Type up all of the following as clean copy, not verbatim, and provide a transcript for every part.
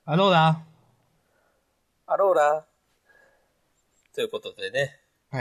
アローラ。 アローラということでね。 はい。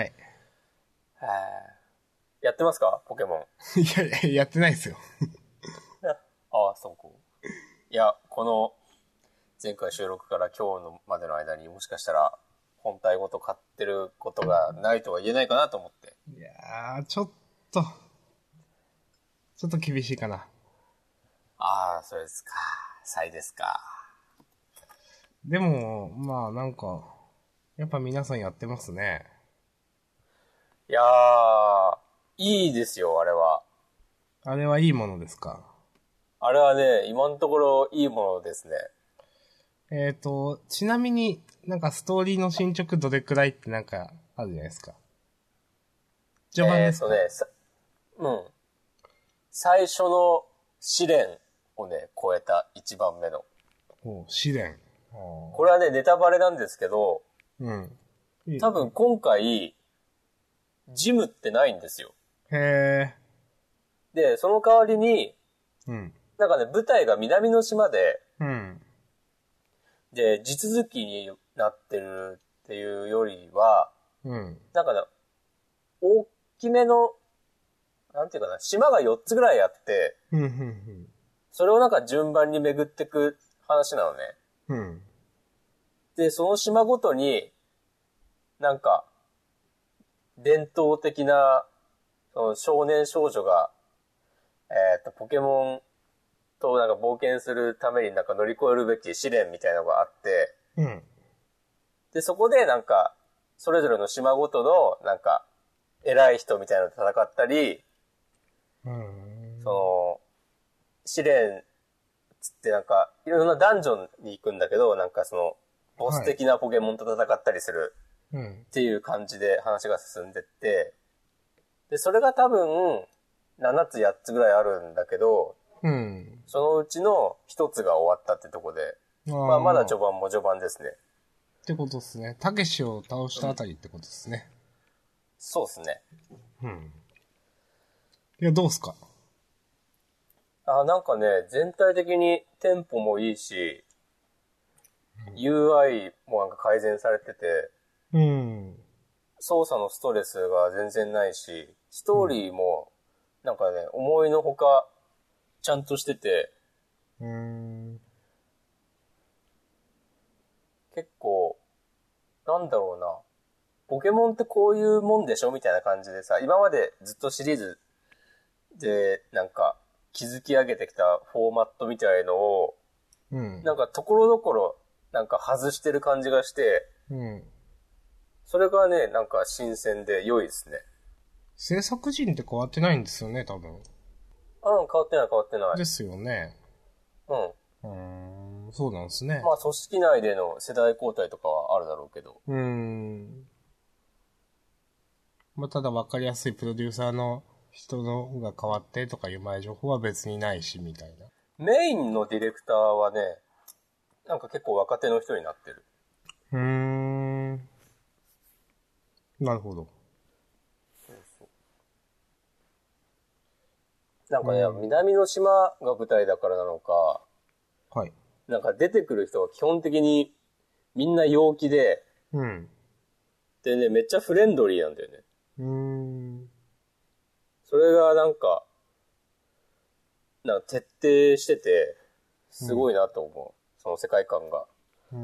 やってますかポケモン。 いや、やってないですよ。 ああ、そうこう。いや、この前回収録から今日のまでの間にもしかしたら本体ごと買ってることがないとは言えないかなと思って。 いやー、と、ちょっと厳しいかな。 ああ、そうですか。サイですか。 でも、まあなんか、やっぱ皆さんやってますね。 いやー、いいですよ、あれは。 あれはいいものですか？ あれはね、今のところいいものですね。 ちなみになんかストーリーの進捗どれくらいってなんかあるじゃないですか。序盤ですか？ うん。最初の試練をね、超えた一番目の。 試練。 これはね、ネタバレなんですけど、 うん。 多分今回、ジムってないんですよ。 へで、その代わりに、 ー。うん。 なんかね、舞台が南の島で、 うん。 で、地続きになってるっていうよりは、 うん。 なんかね、大きめの、なんていうかな、島が4つぐらいあって、 うん。うん。 それをなんか順番に巡ってく話なのね。 うん。 で、その島ごとに、なんか、伝統的な、その少年少女が、ポケモンとなんか冒険するためになんか乗り越えるべき試練みたいなのがあって、 うん。 で、そこでなんか、それぞれの島ごとのなんか、偉い人みたいなのと戦ったり、 うん。 その、試練つってなんか、いろんなダンジョンに行くんだけど、なんかその、ボスはい。 的なポケモンと戦ったりするうん。 っていう感じで話が進んでって、で、それが多分、7つ8つぐらいあるんだけど、 うん。 そのうちの1つが終わったってとこで、まあまだああ。 序盤も序盤ですね。 ってことですね。たけしを倒したあうん。 たりってことですね。 そうですね。 うん。いや、どうすか？ なんかね、全体的にテンポもいいし、UI もなんか改善されてて、 うん。 操作のストレスが全然ないし、ストーうん。 リーもなんかね、思いのほかちゃんとしてて、 うーん。 結構、なんだろうな、ポケモンってこういうもんでしょみたいな感じでさ、今までずっとシリーズでなんか築き上げてきたフォーマットみたいのを、 うん。 なんかところどころなんか外してる感じがして、 うん。 それがね、なんか新鮮で良いですね。 制作陣って変わってないんですよね、多分。 変わってない変わってない。 ですよね。 うん。 そうなんですね。 まあ組織内での世代交代とかはあるだろうけど。 うーん。まあ、ただ分かりやすいプロデューサーの人のが変わってとかいう前情報は別にないし、みたいな。 メインのディレクターはね、なんか結構若手の人になってる。 うーん。なるほど。 なんかね、 うん。 南の島が舞台だからなのか、 はい。 なんか出てくる人は基本的にみんな陽気で、 うん。 でね、めっちゃフレンドリーなんだよね。 うーん。 それがなんか、なんか徹底してて、すごいなと思う。その世界観が。 うん。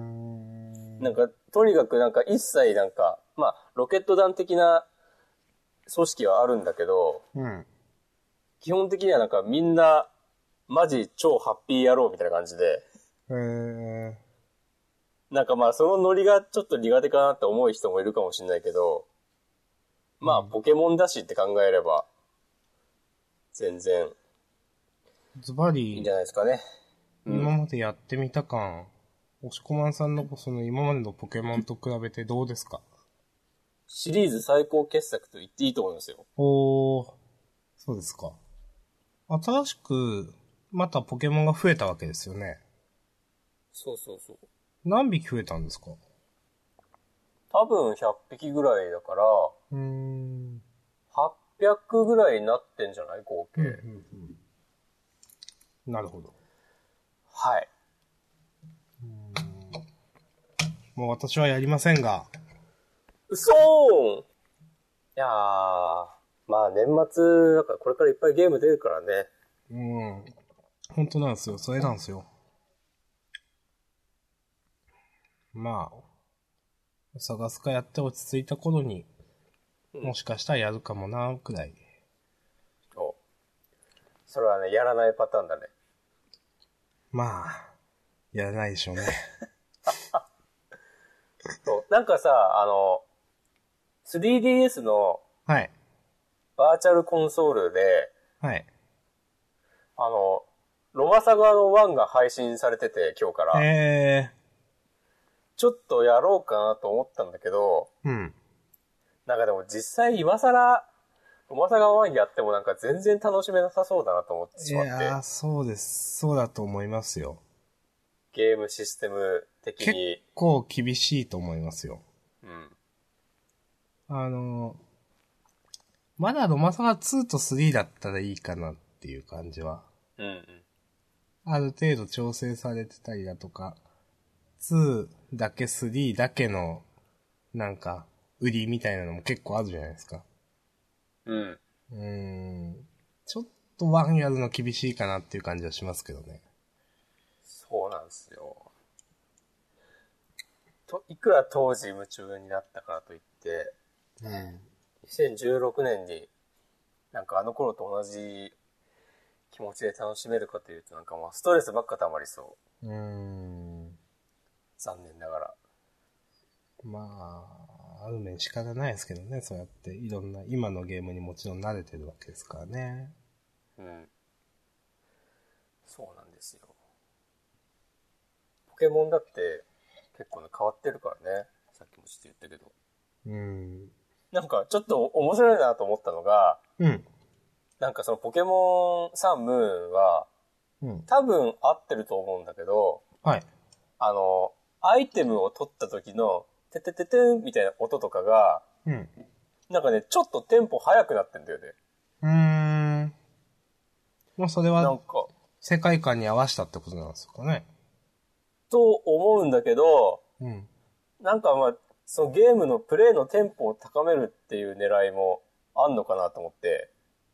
なんか、とにかくなんか一切なんか、まあ、ロケット団的な組織はあるんだけど、 うん。 基本的にはなんかみんな、マジ超ハッピー野郎みたいな感じで、 えー、 なんかまあそのノリがちょっと苦手かなって思う人もいるかもしれないけど、まあポケモンだしって考えれば、全然ズバリ、 いいんじゃないですかね。うん。 今までやってみた感、押しこまんさんのその今までのポケモンと比べてどうですか？ シリーズ最高傑作と言っていいと思いますよ。 おー、そうですか。新しく、またポケモンが増えたわけですよね。 そうそうそう。 何匹増えたんですか？ 多分100匹ぐらいだから、 うーん。 800ぐらいになってんじゃない合計。 うん、うん、うん。なるほど。 はい。 もう私はやりませんが。 嘘ー。いやー、まあ年末、だからこれからいっぱいゲーム出るからね。 本当なんですよ。それなんですよ。まあ、探すかやって落ち着いた頃に、もしかしたらやるかもな、くらい。 お、それはね、やらないパターンだね。 まあ、やらないでしょうね。 そうなんかさ、3DS のはい。 バーチャルコンソールで、 はい。 ロマサガの1が配信されてて、今日から。ちょっとやろうかなと思ったんだけど、 うん。 なんかでも実際今更、ロマサガ1やってもなんか全然楽しめなさそうだなと思ってしまって。 いやー、そうです。そうだと思いますよ。 ゲームシステム的結に。 構厳しいと思いますよ。 うん。 まだロマサガ2と3だったらいいかなっていう感じは。 うんうん。 ある程度調整されてたりだとか、2だけ3だけの、なんか、売りみたいなのも結構あるじゃないですか。 うん。 ちょっと1やるの厳しいかなっていう感じはしますけどね。 そうなんですよ。いくら当時夢中になったからといって、2016年になんかあの頃と同じ気持ちで楽しめるかというとなんかもうストレスばっか溜まりそう。残念ながら。 まあ、ある面仕方ないですけどね、そうやっていろんな、今のゲームにもちろん慣れてるわけですからね。 うん。そうなんですよ。ポケモンだって結構ね変わってるからね。さっきもちょっと言ったけど。なんかちょっと面白いなと思ったのが、なんかそのポケモンサンムーンは、多分合ってると思うんだけど、 はい。 アイテムを取った時の、ててててんみたいな音とかが、なんかね、ちょっとテンポ速くなってんだよね。 もうそれは、世界観に合わせたってことなんですかね。 と思うんだけど、なんかまあ、そのゲームのプレイのテンポを高めるっていう狙いもあんのかなと思って、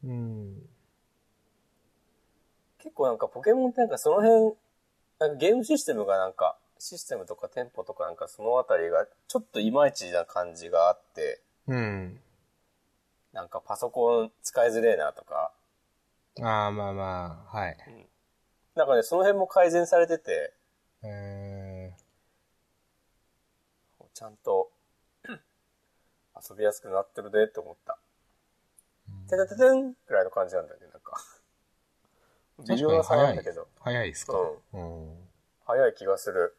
結構なんかポケモンってなんかその辺、なんかゲームシステムがなんか、システムとかテンポとかなんかそのあたりがちょっといまいちな感じがあって、なんかパソコン使いづれえなとか。 まあまあ、はい。 なんかね、その辺も改善されてて、ちゃんと遊びやすくなってるでって思った。ててててんくらいの感じなんだよね、なんか。微妙な差なんだけど。 早いですか。 早い気がする。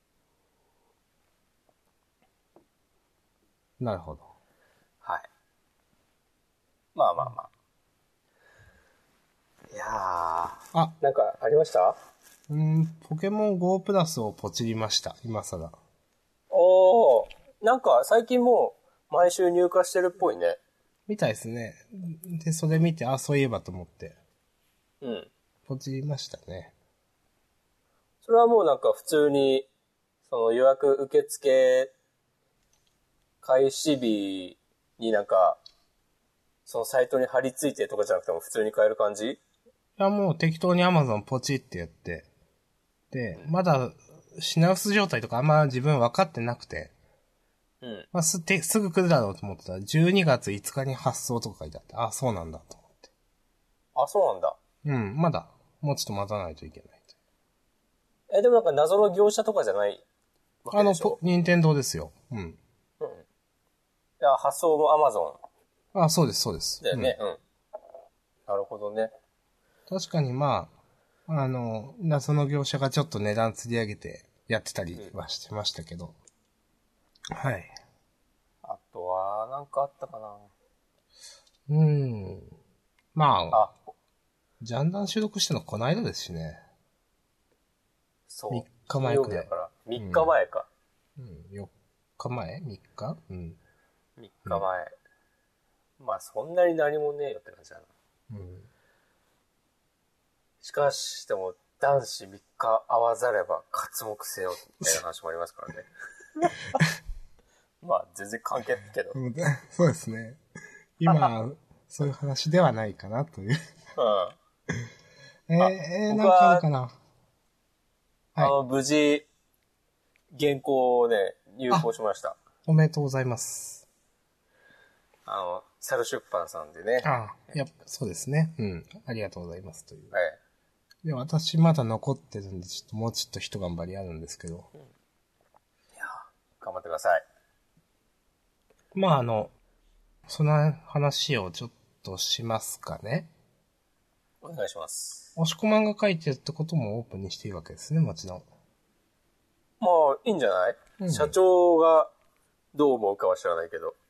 なるほど。 はい。まあまあまあ。いやー。なんかありました？ ポケモン GO プラスをポチりました、今更。 おー。なんか最近もう毎週入荷してるっぽいね。 みたいですね。で、それ見て、そういえばと思って。ポチりましたね。 それはもうなんか普通に、その予約受付開始日になんか、そのサイトに貼り付いてとかじゃなくても普通に買える感じ？ いや、もう適当に Amazon ポチってやって。で、まだ品薄状態とかあんま自分分かってなくて。まあ、すぐ来るだろうと思ってたら、12月5日に発送とか書いてあって、そうなんだと思って。 そうなんだ。 まだ、もうちょっと待たないといけないでもなんか謎の業者とかじゃないわけでしょ？ 任天堂ですよ。いや、発送も Amazon。 そうです、そうです。 だよね。なるほどね。 確かにまあ、謎の業者がちょっと値段釣り上げてやってたりはしてましたけど。はい。 あとは、なんかあったかな。 まあ、ジャンダン収録したのこの間ですしね。 そう。 3日前くらい。 3日前か。 4日前 ?3 日 3日前。まあ、そんなに何もねえよって感じだな。しかし、でも、男子3日会わざれば、刮目せよ、みたいな話もありますからね。 まあ、全然関係ないけど。 そうですね。今、そういう話ではないかなという。 うん。僕なんかあるは、 かな。はい。 無事、原稿をね、入あ、 稿しました。 おめでとうございます。 猿出版さんでね。 そうですね。うん。ありがとうございますという。 はい。 で、私まだ残ってるんで、もうちょっと一頑張りあるんですけど。 いや、頑張ってください。 まあその話をちょっとしますかね。 お願いします。 押し込まんが書いてるってこともオープンにしていいわけですね、もちろん。 まあ、いいんじゃない、 うん、 社長がどう思うかは知らないけど。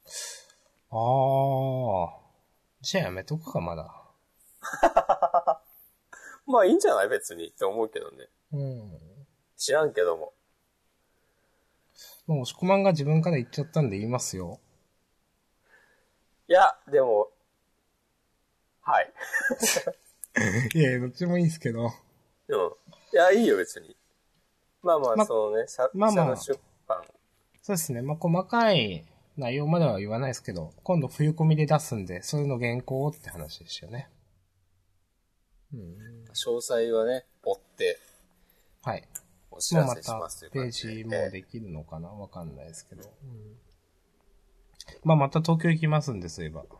じゃあやめとくか、まだ。 まあ、いいんじゃない別にって思うけどね。 うん。 知らんけども。 もう押し込まんが自分から言っちゃったんで言いますよ。 いや、でも、はい。 いやいや、どっちもいいですけど。 うん。いや、いいよ、別に。まあまあ、そのね、 まあまあ、 出版。 そうですね。まあ、細かい内容までは言わないですけど、今度冬込みで出すんで、それの原稿をって話ですよね。 うん。詳細はね、追って、 はい。 お知らせしますというペー感じで。 ジもできるのかなわかんないですけど。まあ、また東京行きますんで、そういえば。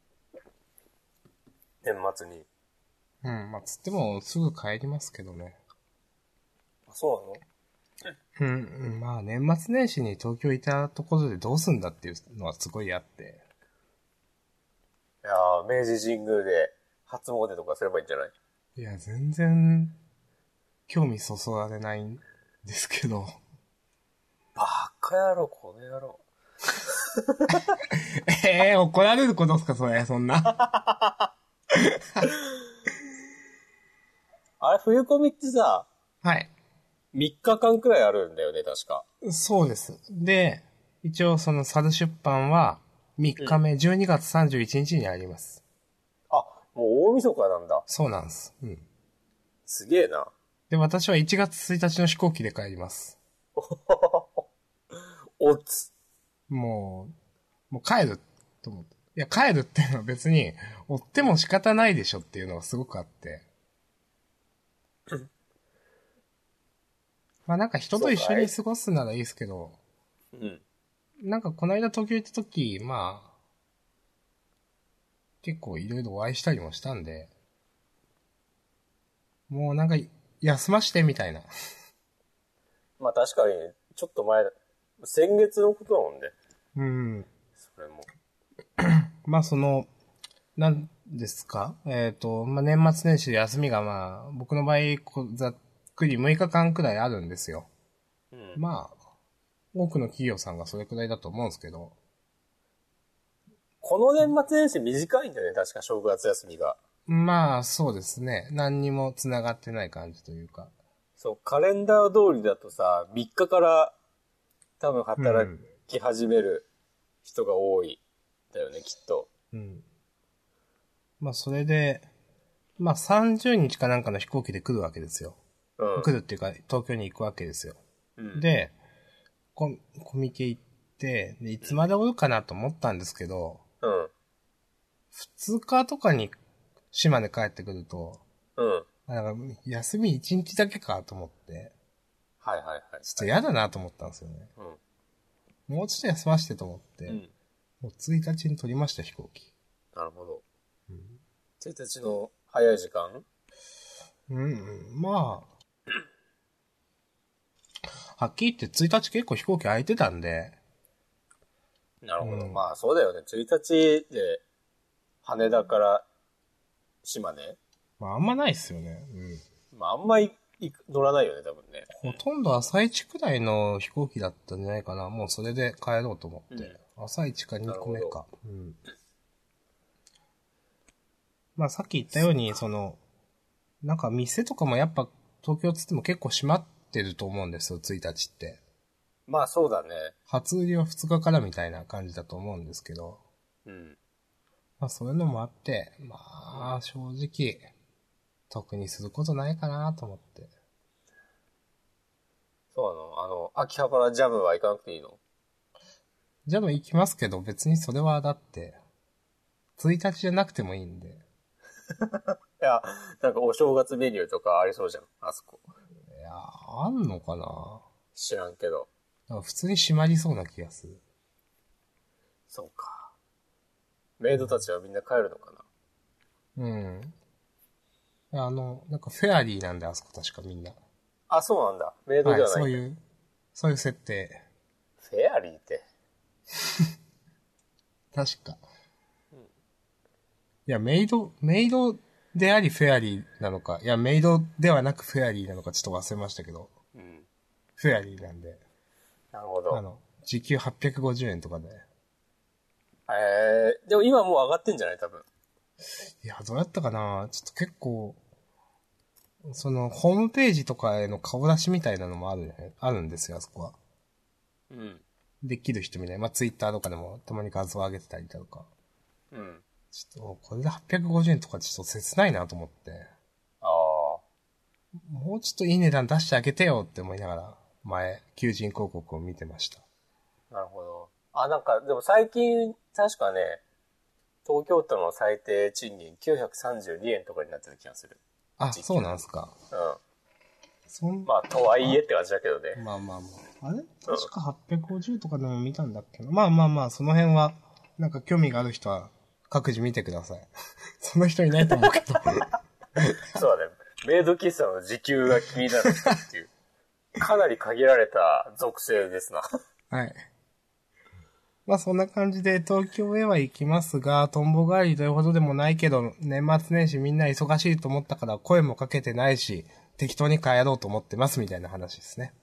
年末に。 うん、まあ、つってもすぐ帰りますけどね。 あ、そうなの？うん、まあ、年末年始に東京いたところでどうすんだっていうのはすごいあって。 いやー、明治神宮で初詣とかすればいいんじゃない？ いや、全然、興味そそられないんですけど。 バカ野郎、この野郎。 怒られることですか、それ、そんな。 あれ、冬コミってさ、 はい。 3日間くらいあるんだよね、確か。 そうです。で、一応その猿出版は3日目、12月31日にあります。 あ、もう大晦日なんだ。 そうなんです。うん。 すげえな。 で、私は1月1日の飛行機で帰ります。 おつ。 もう帰ると思って。いや、帰るっていうのは別に、追っても仕方ないでしょっていうのがすごくあって。まあなんか人と一緒に過ごすならいいですけど、 うん。 なんかこの間東京行った時、まあ、結構いろいろお会いしたりもしたんで、もうなんか、休ましてみたいな。 まあ確かに、ちょっと前だ。先月のことだもんね。 うん。 それも。 まあなんですかまあ年末年始で休みがまあ、僕の場合、ざっくり6日間くらいあるんですよ。 うん。 まあ、多くの企業さんがそれくらいだと思うんですけど。 この年末年始短いんだよね、確か正月休みが。 まあ、そうですね。何にも繋がってない感じというか。 そう、カレンダー通りだとさ、3日から多分働き始める人が多い。だよね、きっと。 うん。まあ、それで、まあ、30日かなんかの飛行機で来るわけですよ。 うん。 来るっていうか、東京に行くわけですよ。 うん、 で、コミケ行って、で、いつまでおるかなと思ったんですけど、 うん。 2日とかに島根帰ってくると、 うん。 なんか休み1日だけかと思って、 はいはいはい。 ちょっと嫌だなと思ったんですよね。 うん。 もうちょっと休ませてと思って、 うん。 もう1日に取りました、飛行機。 なるほど。 うん、 1日の早い時間？ まあ、はっきり言って1日結構飛行機空いてたんで。 なるほど。まあそうだよね。1日で羽田から島根？ まああんまないっすよね。 まああんまり乗らないよね、多分ね。 ほとんど朝一くらいの飛行機だったんじゃないかな。もうそれで帰ろうと思って。朝一か2個目か。まあさっき言ったように、なんか店とかもやっぱ東京つっても結構閉まってると思うんですよ、1日って。 まあそうだね。 初売りは2日からみたいな感じだと思うんですけど。 うん。 まあそういうのもあって、まあ正直、特にすることないかなと思って。 そうなの？秋葉原ジャムは行かなくていいの？ ジャム行きますけど、別にそれはだって、1日じゃなくてもいいんで。 いや、なんかお正月メニューとかありそうじゃん、あそこ。 いやー、あんのかな？ 知らんけど。 なんか普通に閉まりそうな気がする。 そうか。メイドたちはみんな帰るのかな？ うん。なんかフェアリーなんで、あそこ確かみんな。 あ、そうなんだ。メイドではない。 はい、そういう設定。 フェアリーって。 確か。いや、メイドでありフェアリーなのか、いや、メイドではなくフェアリーなのかちょっと忘れましたけど。 うん。 フェアリーなんで。 なるほど。 時給850円とかで。 でも今もう上がってんじゃない？多分。 いや、どうやったかな？ちょっと結構、ホームページとかへの顔出しみたいなのもあるんですよ、あそこは。 うん。 できる人みたいな。まあ、ツイッターとかでもたまに画像上げてたりだとか。 うん。 ちょっと、これで850円とかちょっと切ないなと思って。 ああ。 もうちょっといい値段出してあげてよって思いながら、前、求人広告を見てました。 なるほど。なんか、でも最近、確かね、東京都の最低賃金932円とかになってた気がする。 あ、そうなんすか。 うん。まあ、とはいえって感じだけどね。 まあまあまあ。あれ確か850とかでも見たんだっけな。まあまあまあ、その辺は、なんか興味がある人は、各自見てください。その人いないと思うけど。 そうだね。メイド喫茶の時給が気になるっていう。かなり限られた属性ですな。 はい。まあそんな感じで東京へは行きますが、とんぼ帰りというほどでもないけど、年末年始みんな忙しいと思ったから声もかけてないし、適当に帰ろうと思ってますみたいな話ですね。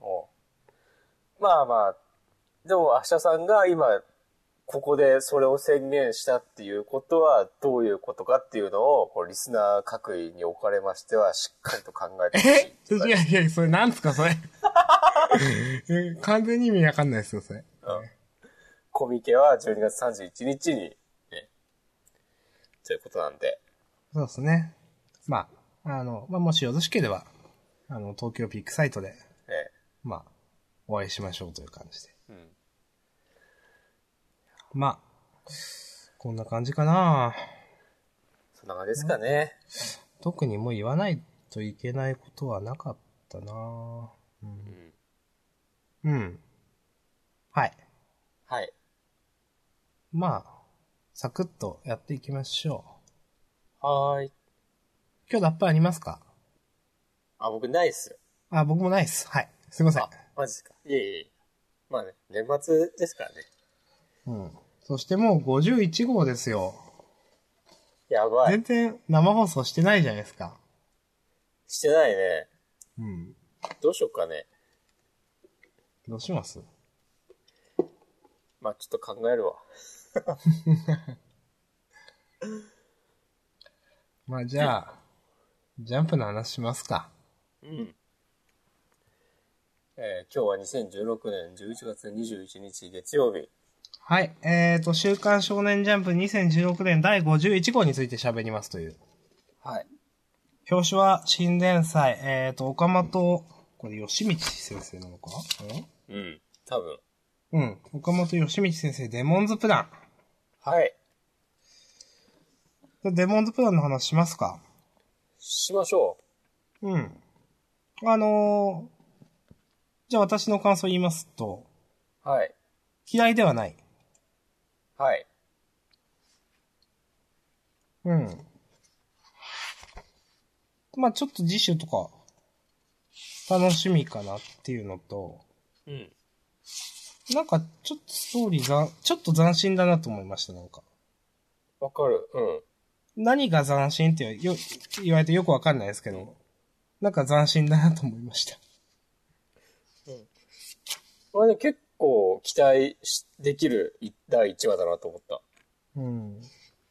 まあまあ、でも明日さんが今、ここでそれを宣言したっていうことはどういうことかっていうのを、こうリスナー各位におかれましてはしっかりと考えてほしい。 いやいや、それなんすかそれ。完全に意味わかんないですよ、それ。 コミケは12月31日に、ね、ということなんで。 そうですね。まあ、もしよろしければ、東京ビッグサイトで、まあ、お会いしましょうという感じで。うん。まあ、こんな感じかな。 そんな感じですかね。 特にもう言わないといけないことはなかったな。うん。うん。はい。 はい。 まあ、サクッとやっていきましょう。はーい。 今日ラップありますか？ 僕ないっすよ。 僕もないっす。はい。すいません。 マジですか。いえいえ。まあね、年末ですからね。 うん。そしてもう51号ですよ。 やばい。 全然生放送してないじゃないですか。 してないね。 うん。 どうしよっかね。 どうします？ まあちょっと考えるわ。 まあじゃあ、ジャンプの話しますか。 うん。今日は2016年11月21日月曜日。 はい。週刊少年ジャンプ2016年第51号について喋りますという。 はい。 表紙は新連載、岡本、これ吉道先生なのか？ うん。多分。 うん。岡本吉道先生、デモンズプラン。 はい。 デモンズプランの話しますか？ しましょう。うん。じゃあ私の感想言いますと。 はい。 嫌いではない。 はい。 うん。まあちょっと次週とか、楽しみかなっていうのと、 うん。 なんかちょっとストーリーが、ちょっと斬新だなと思いました、なんか。 わかる。うん。 何が斬新って言われてよくわかんないですけど、なんか斬新だなと思いました。 うん。これね、結構期待できる第1話だなと思った。 うん。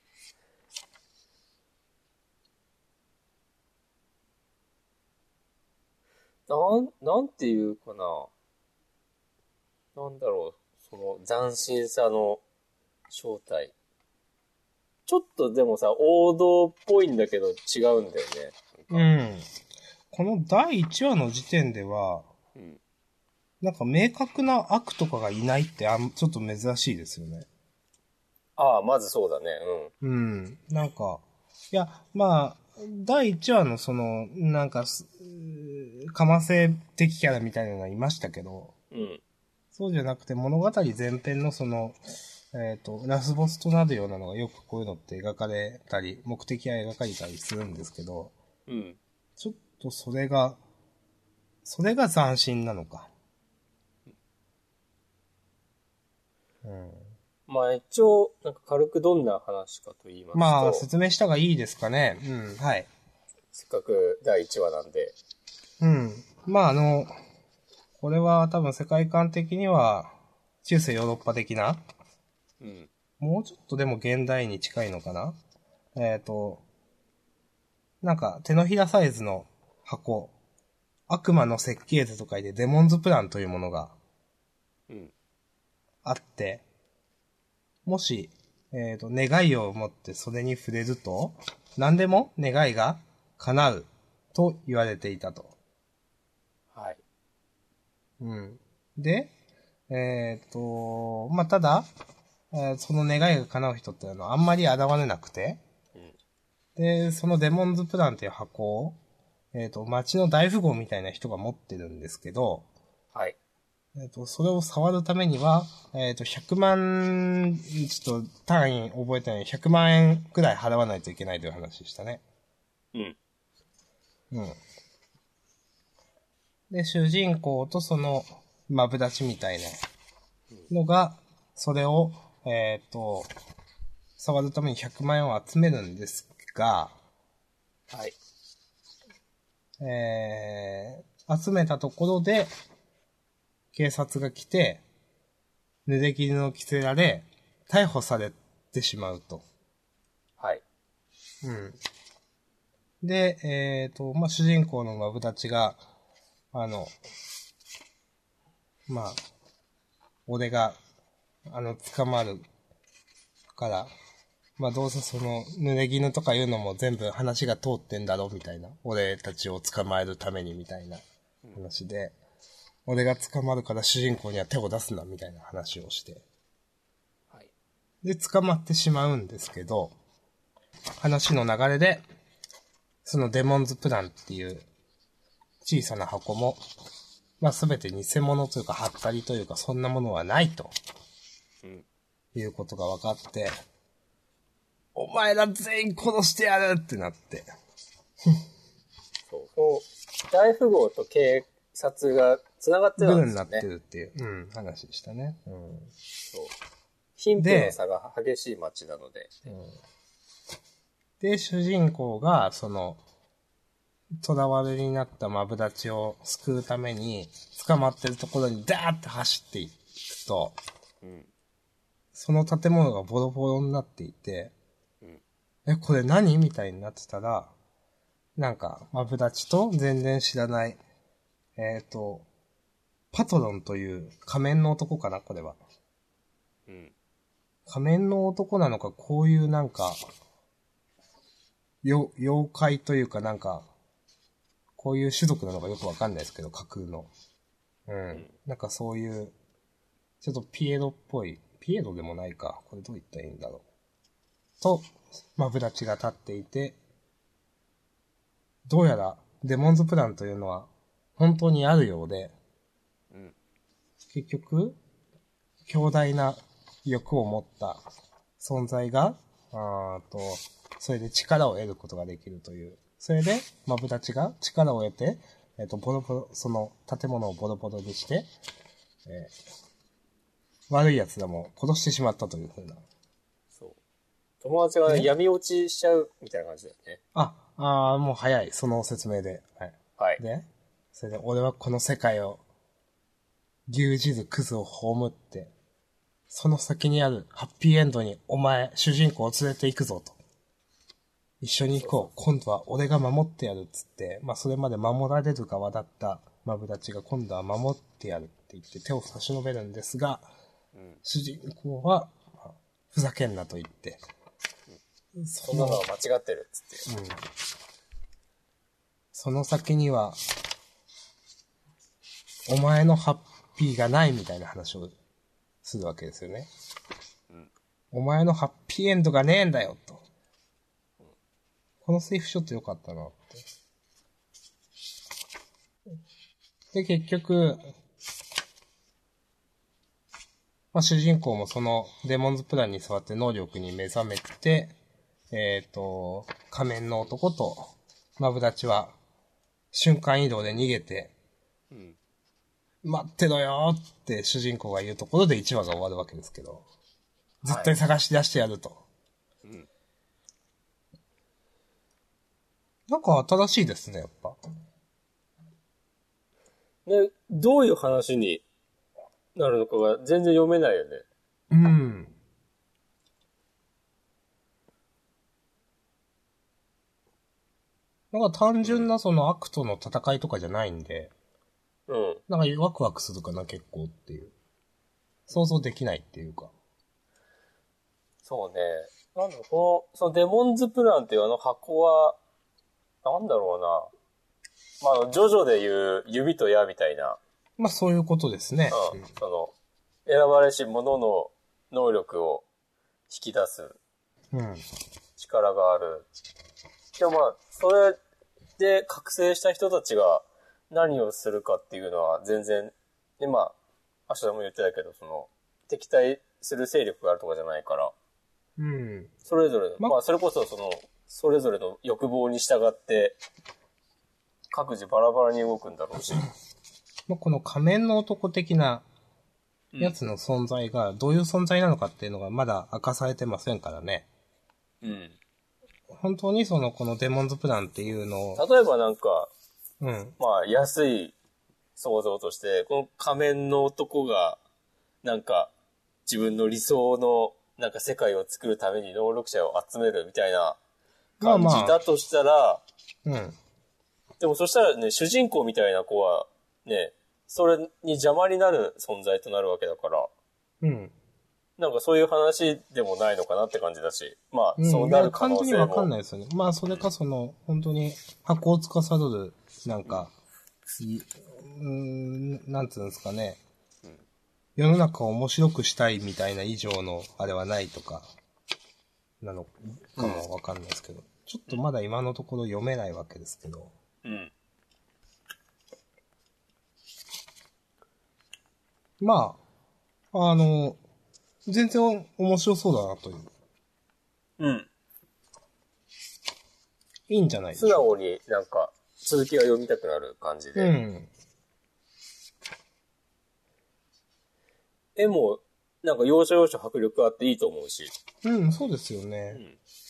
なんていうかな。なんだろう。その斬新さの正体。ちょっとでもさ、王道っぽいんだけど違うんだよね。 うん。この第1話の時点では、 うん、 なんか明確な悪とかがいないってちょっと珍しいですよね。 ああ、まずそうだね。 うん。なんか、いや、まあ、第1話のなんかかませ的キャラみたいなのがいましたけど、 うん。 そうじゃなくて物語全編のラスボスとなるようなのがよくこういうのって描かれたり、目的が描かれたりするんですけど、 うん。 ちょっとそれが斬新なのか。うん。 まあ一応、なんか軽くどんな話かと言いますと。 まあ、説明した方がいいですかね。うん、はい。 せっかく第1話なんで。 うん。まあこれは多分世界観的には、中世ヨーロッパ的な、 うん。 もうちょっとでも現代に近いのかな。なんか手のひらサイズの箱、悪魔の設計図と書いてデモンズプランというものがうん。 あって、もし、願いを持ってそれに触れると、何でも願いが叶うと言われていたと。 はい。 うん。で、まあ、ただ、その願いが叶う人っていうのはあんまり現れなくて、 うん。 で、そのデモンズプランっていう箱を、街の大富豪みたいな人が持ってるんですけど、 はい。 それを触るためには、100万、ちょっと単位覚えてない、100万円くらい払わないといけないという話でしたね。 うん。 うん。で、主人公とその、マブダチみたいなのが、それを、触るために100万円を集めるんですが、 はい。 集めたところで、警察が来て、濡れ衣を着せられ、逮捕されてしまうと。 はい。 うん。で、まあ、主人公のマブダチが、まあ、俺が、捕まるから、まあ、どうせ濡れ衣とかいうのも全部話が通ってんだろ、みたいな。俺たちを捕まえるために、みたいな話で、俺が捕まるから主人公には手を出すな、みたいな話をして。 はい。 で、捕まってしまうんですけど、話の流れで、そのデモンズプランっていう小さな箱も、まあすべて偽物というか、はったりというか、そんなものはないと。 うん。 いうことが分かって、お前ら全員殺してやるってなって。 そう。大富豪と警察が繋がってるんですよね。 グルになってるっていう、話でしたね。うん。 そう。貧富の差が激しい街なので。 で、主人公が、囚われになったマブダチを救うために、捕まってるところにダーって走っていくと、 うん。 その建物がボロボロになっていて、 うん。 これ何みたいになってたら、なんか、マブダチと全然知らない、パトロンという仮面の男かな、これは。 うん。 仮面の男なのか、こういうなんか、妖怪というかなんか、こういう種族なのかよくわかんないですけど、架空の。うん。なんかそういう、ちょっとピエロっぽい、ピエロでもないか。これどう言ったらいいんだろう。と、マブダチが立っていて、どうやらデモンズプランというのは本当にあるようで、 うん。 結局、強大な欲を持った存在が、それで力を得ることができるという。それで、マブダチが力を得て、ボロボロ、その建物をボロボロにして、悪い奴らも殺してしまったというふうな。 そう。友達が闇落ちしちゃうみたいな感じだよね。 もう早い、その説明で。はい。 はい。 で、それで俺はこの世界を牛耳るクズを葬って、その先にあるハッピーエンドにお前、主人公を連れて行くぞと。一緒に行こう。今度は俺が守ってやるっつって、まあそれまで守られる側だったマブダチが今度は守ってやるって言って手を差し伸べるんですが、主人公は、ふざけんなと言って。 そんなのは間違ってるっつって。 その先には、お前のハッピーがないみたいな話をするわけですよね。お前のハッピーエンドがねえんだよ、と。このセリフちょっと良かったなって。で、結局、まあ、主人公もそのデモンズプランに座って能力に目覚めて、仮面の男とマブダチは瞬間移動で逃げて、待ってろよーって主人公が言うところで1話が終わるわけですけど、絶対探し出してやると。なんか新しいですね、やっぱ。 ね、どういう話になるのかが全然読めないよね。 うん。なんか単純なその悪との戦いとかじゃないんで、なんかワクワクするかな、結構っていう。想像できないっていうか。 そうね。なんだろう、そのデモンズプランっていうあの箱は、なんだろうな。まあ、ジョジョでいう指と矢みたいな。 まあそういうことですね。 その、選ばれし者の能力を引き出す力がある。でもまあ、それで覚醒した人たちが何をするかっていうのは全然、でまあ、明日も言ってたけど、その、敵対する勢力があるとかじゃないから、それぞれ、まあそれこそその、それぞれの欲望に従って、各自バラバラに動くんだろうし。 まあこの仮面の男的なやつの存在がどういう存在なのかっていうのがまだ明かされてませんからね。本当にそのこのデモンズプランっていうのを。 例えばなんか、まあ安い想像として、この仮面の男が、なんか自分の理想のなんか世界を作るために能力者を集めるみたいな感じだとしたら、でもそしたらね、主人公みたいな子はね、それに邪魔になる存在となるわけだから、なんかそういう話でもないのかなって感じだし、まあ、そうなる可能性も。 完全にわかんないですよね。まあ、それかその、本当に箱を司る、なんか、なんつうんですかね。世の中を面白くしたいみたいな以上のあれはないとか、なのかもわかんないですけど、ちょっとまだ今のところ読めないわけですけど。まあ、全然面白そうだなという。いいんじゃないですか。 素直になんか続きが読みたくなる感じで。絵もなんか要所要所迫力あっていいと思うし。 そうですよね。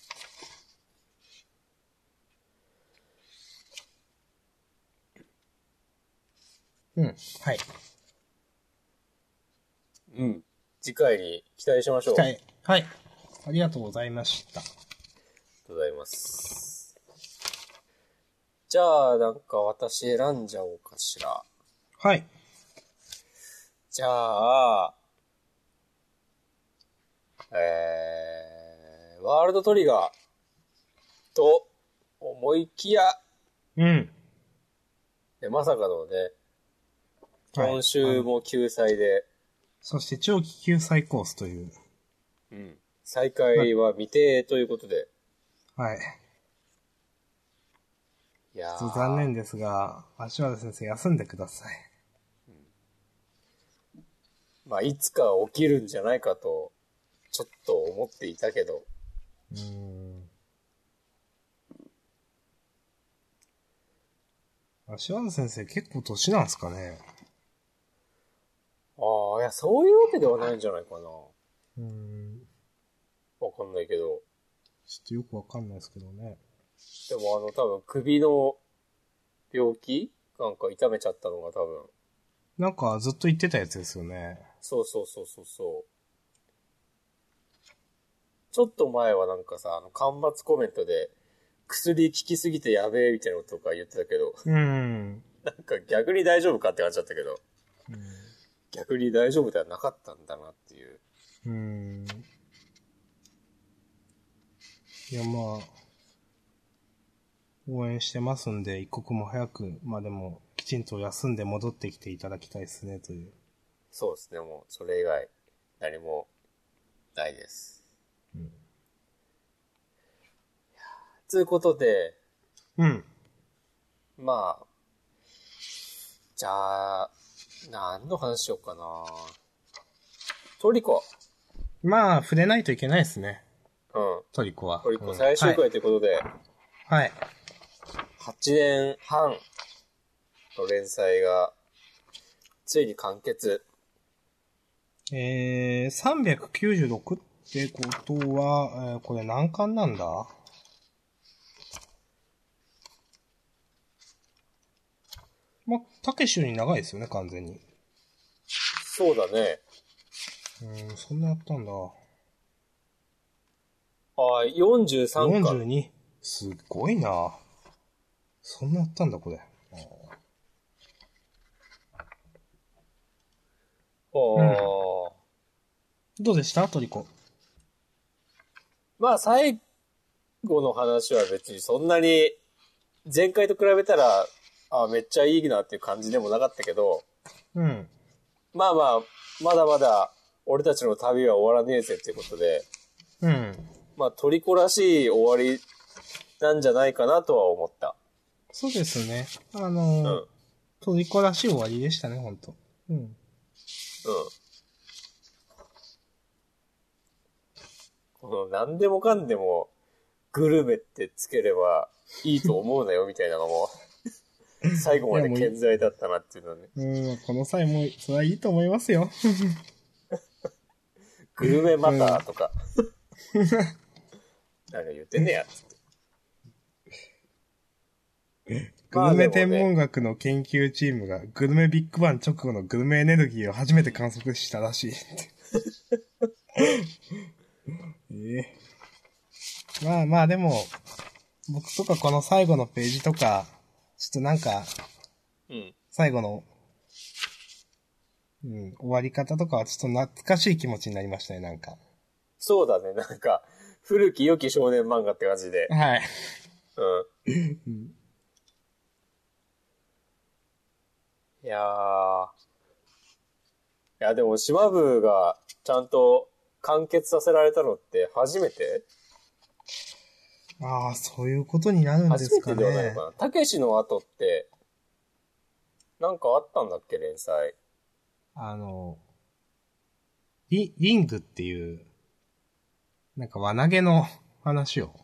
はい。 次回に期待しましょう。 はい。ありがとうございました。 ありがとうございます。じゃあ、なんか私選んじゃおうかしら。 はい。 じゃあ、ワールドトリガーと思いきや、でまさかのね、今週も救済で、 そして長期救済コースという。 再開は未定ということで。 はい。 いやー残念ですが、芦原先生休んでください。 まあ、いつか起きるんじゃないかと、ちょっと思っていたけど。 芦原先生結構年なんすかね。 いや、そういうわけではないんじゃないかな。わかんないけど。 ちょっとよくわかんないですけどね。 でも多分首の病気なんか痛めちゃったのが多分。 なんかずっと言ってたやつですよね。 そう。ちょっと前はなんかさ、間伐コメントで、薬効きすぎてやべえみたいなこととか言ってたけど。なんか逆に大丈夫かって感じだったけど。逆に大丈夫ではなかったんだなっていう。 いやまあ、応援してますんで、一刻も早く、まあでも、きちんと休んで戻ってきていただきたいですね、という。 そうですね、もう、それ以外、何も、ないです。 うん。 ということで、 うん。 まあ、じゃあ、何の話しようかな。トリコ。 まあ、触れないといけないですね。 うん。 トリコは。 トリコ最終回ということで、 はい。 8年半の連載が、ついに完結。 396ってことは、これ何巻なんだ？ま、たけしより長いですよね、完全に。 そうだね。 そんなやったんだ。 ああ、43巻。 42。すっごいな。そんなやったんだ、これ。うん。どうでしたトリコ。 まあ、最後の話は別にそんなに、前回と比べたら、めっちゃいいなっていう感じでもなかったけど、 うん。 まあまあ、まだまだ、俺たちの旅は終わらねえぜっていうことで、 うん。 まあ、トリコらしい終わりなんじゃないかなとは思った。 そうですね。 うん。 トリコらしい終わりでしたね、ほんと。うん。うん。 この何でもかんでもグルメってつければいいと思うなよみたいなのも最後まで健在だったなっていうのね。 この際も、それはいいと思いますよ。 グルメマターとか。なんか言ってんねや、つって。 グルメ天文学の研究チームがグルメビッグバン直後のグルメエネルギーを初めて観測したらしい。まあまあでも、僕とかこの最後のページとか、ちょっとなんか、最後の、終わり方とかはちょっと懐かしい気持ちになりましたね、なんか。 そうだね、なんか、古き良き少年漫画って感じで。 はい。 いやでも島部がちゃんと完結させられたのって初めて？ ああ、そういうことになるんですかね。初めてではないのかな。 たけしの後って、なんかあったんだっけ、連載。 リングっていう、なんか輪投げの話を。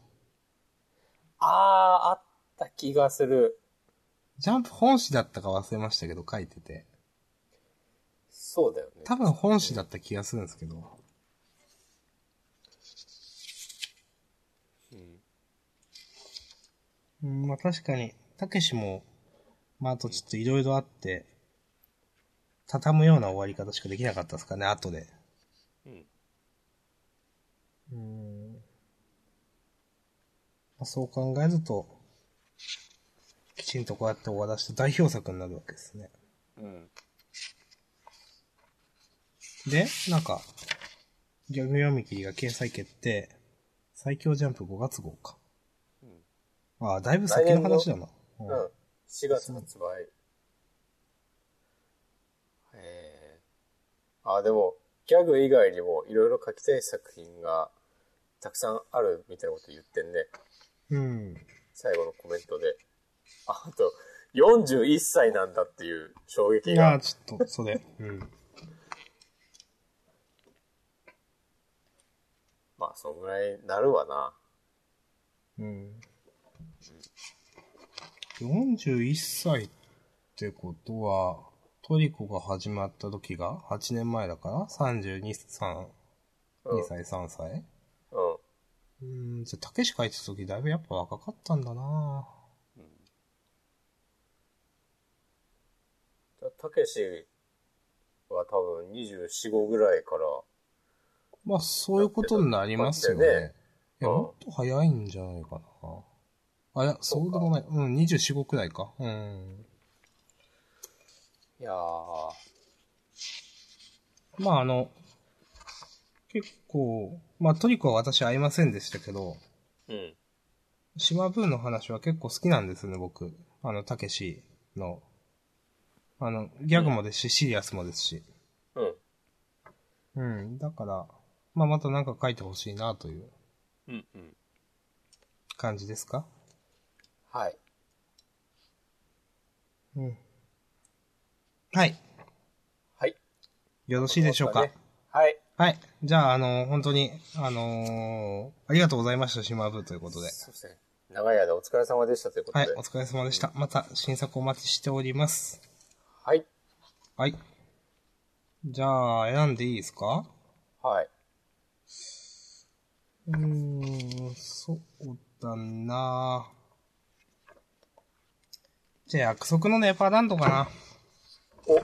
あった気がする。 ジャンプ本誌だったか忘れましたけど書いてて。 そうだよね。 多分本誌だった気がするんですけど。まあ確かに、たけしも、まああとちょっといろいろあって、畳むような終わり方しかできなかったですかね、後で。まあ、そう考えると、きちんとこうやって終わらして代表作になるわけですね。で、なんか、ギャグ読み切りが掲載決定。最強ジャンプ5月号か。ああ、だいぶ先の話だな。 4月発売。でも、ギャグ以外にもいろいろ書きたい作品がたくさんあるみたいなこと言ってんね。最後のコメントで。あと、41歳なんだっていう衝撃が。 ちょっと、それ。 まあ、そんぐらいなるわな。 41歳ってことは、トリコが始まった時が8年前だから ?32、3、2歳、3歳じゃあ、たけし書いてた時だいぶやっぱ若かったんだなたけしは多分24、5ぐらいから。 まあ、そういうことになりますよね。いや、もっと早いんじゃないかな。いや、そうでもない。24、5くらいか。 いやー。 まあ結構、まあトリコは私会いませんでしたけど、島ブーの話は結構好きなんですね、僕。たけしの。ギャグもですし、シリアスもですし。 うん。だから、まあ、またなんか書いてほしいなといううんうん。 感じですか？ はい。 うん。はい。 はい。 よろしいでしょうか？ ね、はい。 はい。じゃあ、本当に、ありがとうございました、島部ということで。 そうですね。長い間お疲れ様でしたということはい、 で。 お疲れ様でした。また新作お待ちしております。 はい。 はい。じゃあ、選んでいいですか？ はい。 そうだな。じゃあ、約束のネバーランドかな。 お。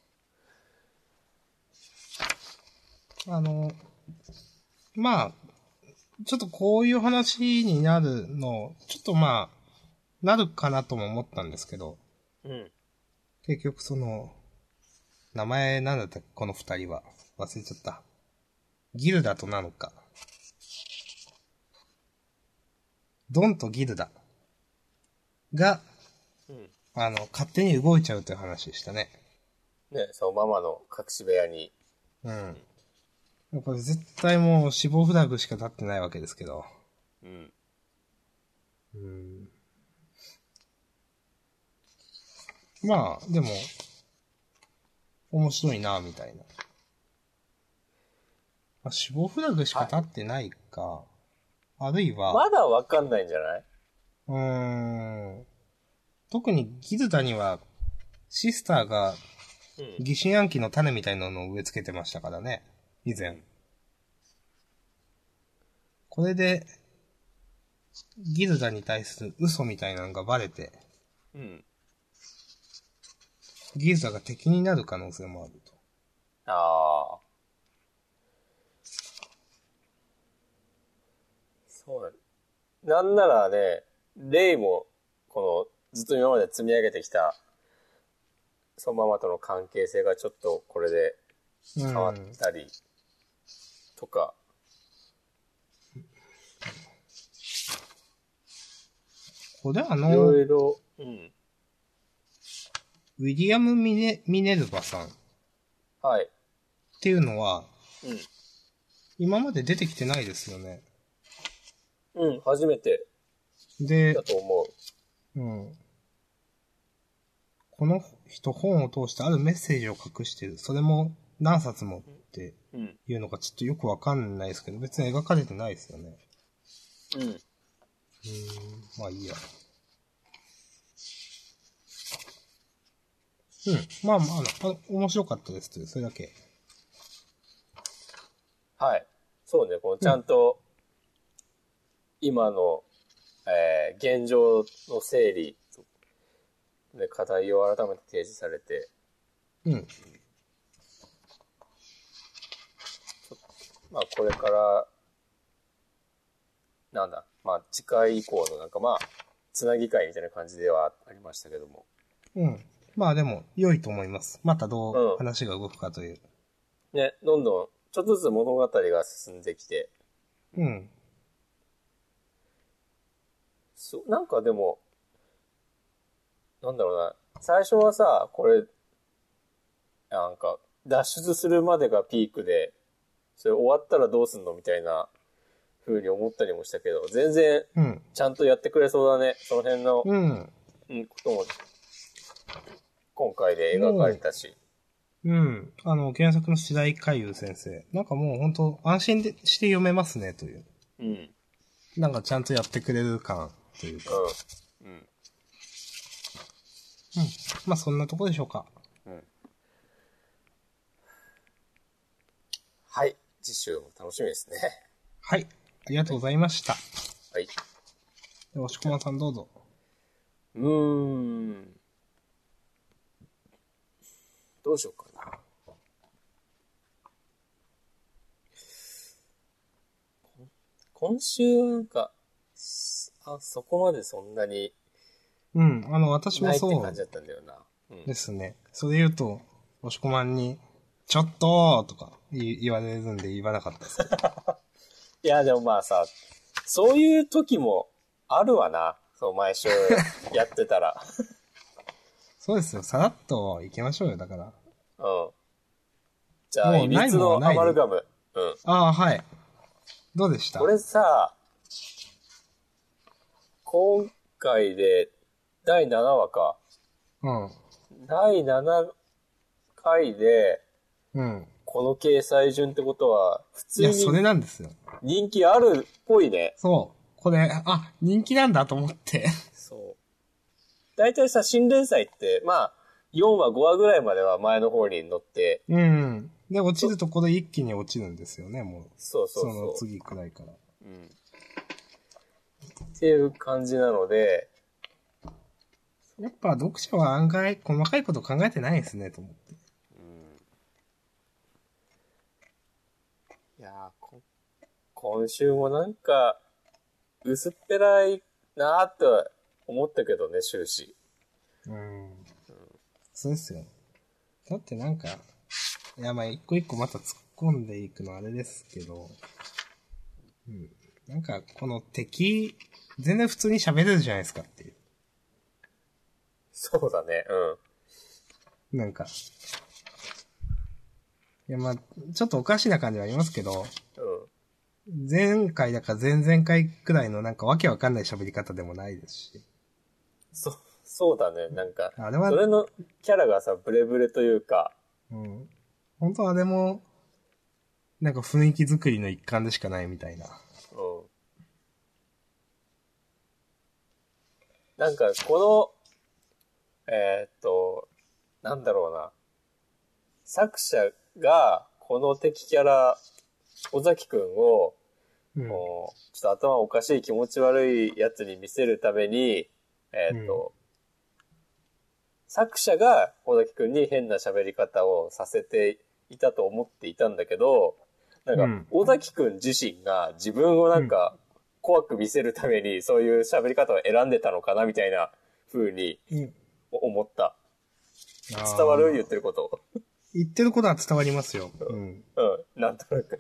まあ、ちょっとこういう話になるの、ちょっとまあ、なるかなとも思ったんですけど、 うん。 結局名前なんだったっけこの二人は。忘れちゃった。ギルダとなのか。ドンとギルダが、 うん。 勝手に動いちゃうという話でしたね。 ね、そう、ママの隠し部屋に。 うん。これ絶対もう死亡フラグしか立ってないわけですけど。 うん。 まあ、でも、面白いな、みたいな。まあ、死亡フラグしか立ってないか。あるいは、 まだわかんないんじゃない？ 特にギルダには、シスターがうん。 疑心暗鬼の種みたいなのを植え付けてましたからね。以前。これで、ギルダに対する嘘みたいなのがバレて、 うん。 ギルダが敵になる可能性もあると。 ああ。そうだ。なんならね、レイも、この、ずっと今まで積み上げてきた、そのママとの関係性がちょっとこれで変わったり、とか。 これいろいろ、うん。 ウィリアム・ミネルヴァさんっはい。 ていうのは、 うん。 今まで出てきてないですよね。 うん、初めてでだ、と思うん。この人本を通してあるメッセージを隠してる。それも何冊もってう。うん。 いうのがちょっとよくわかんないですけど、別に描かれてないですよね。 うん。 まあいいや。うん。まあまあ、面白かったですという、それだけ。 はい。そうね、このちゃんと、今の、現状の整理で課題を改めて提示されて、 うん。 まあこれから、なんだ、まあ次回以降のなんかまあ、つなぎ会みたいな感じではありましたけども。 うん。まあでも、良いと思います。またどううん。 話が動くかという。 ね、どんどん、ちょっとずつ物語が進んできて、 うん。 なんかでも、なんだろうな、最初はさ、これ、なんか、脱出するまでがピークで、それ終わったらどうすんのみたいな風に思ったりもしたけど、全然、 うん。 ちゃんとやってくれそうだね。その辺の、 うん。 ことも、今回で描かれたし。 うん。原作の白井海優先生。なんかもう本当安心して読めますね、という。 うん。 なんかちゃんとやってくれる感というか。 うん。うん。 まあそんなとこでしょうか。 うん。はい。次週も楽しみですね。 はい。ありがとうございました。 はい。 で、押しこまさんどうぞ。 どうしようかな。今週なんか、そこまでそんなにうん。私もそないって感じだうったんだよな。うん。 ですね。それ言うと、押しこまんに、ちょっととか言われるんで言わなかったですけど。 いや、でもまあさ、そういう時もあるわな。そう、毎週やってたら。 そうですよ。さらっと行きましょうよ、だから。 うん。 じゃあ、いびつのアマルガム。うん。 ああ、はい。どうでした？ これさ、今回で第7話か。 うん。 第7回で、 うん。 この掲載順ってことは、普通に。 いや、それなんですよ。 人気あるっぽいね。 そう。これ、あ、人気なんだと思って。 そう。大体さ、新連載って、まあ、4話、5話ぐらいまでは前の方に乗って。 うん。で、落ちるところ一気に落ちるんですよね、もう。 そうそうそう。 その次くらいから。 うん。っていう感じなので。 やっぱ読者は案外細かいこと考えてないですね、と思って。 うん。いや今週もなんか、薄っぺらいなーって思ったけどね、終始。 そうですよ。だってなんか、いやまあ一個一個また突っ込んでいくのあれですけど、うん。なんかこの敵、全然普通に喋れるじゃないですかっていう。 そうだね、 うん。なんか、いやまあ、ちょっとおかしな感じはありますけど、うん。前回だか前々回くらいのなんかわけわかんない喋り方でもないですし。 そうだね、なんか、 あれは、 それのキャラがさ、ブレブレというか、 うん。本当はあれも、なんか雰囲気作りの一環でしかないみたいな。 うん。なんか、この、なんだろうな。作者が、この敵キャラ、尾崎くんを、ちょっと頭おかしい気持ち悪いやつに見せるために、作者が尾崎くんに変な喋り方をさせていたと思っていたんだけど、なんか、尾崎くん自身が自分をなんか、怖く見せるためにそういう喋り方を選んでたのかなみたいな風に思った。伝わる？言ってること。 言ってることは伝わりますよ。 うん。なんとなく。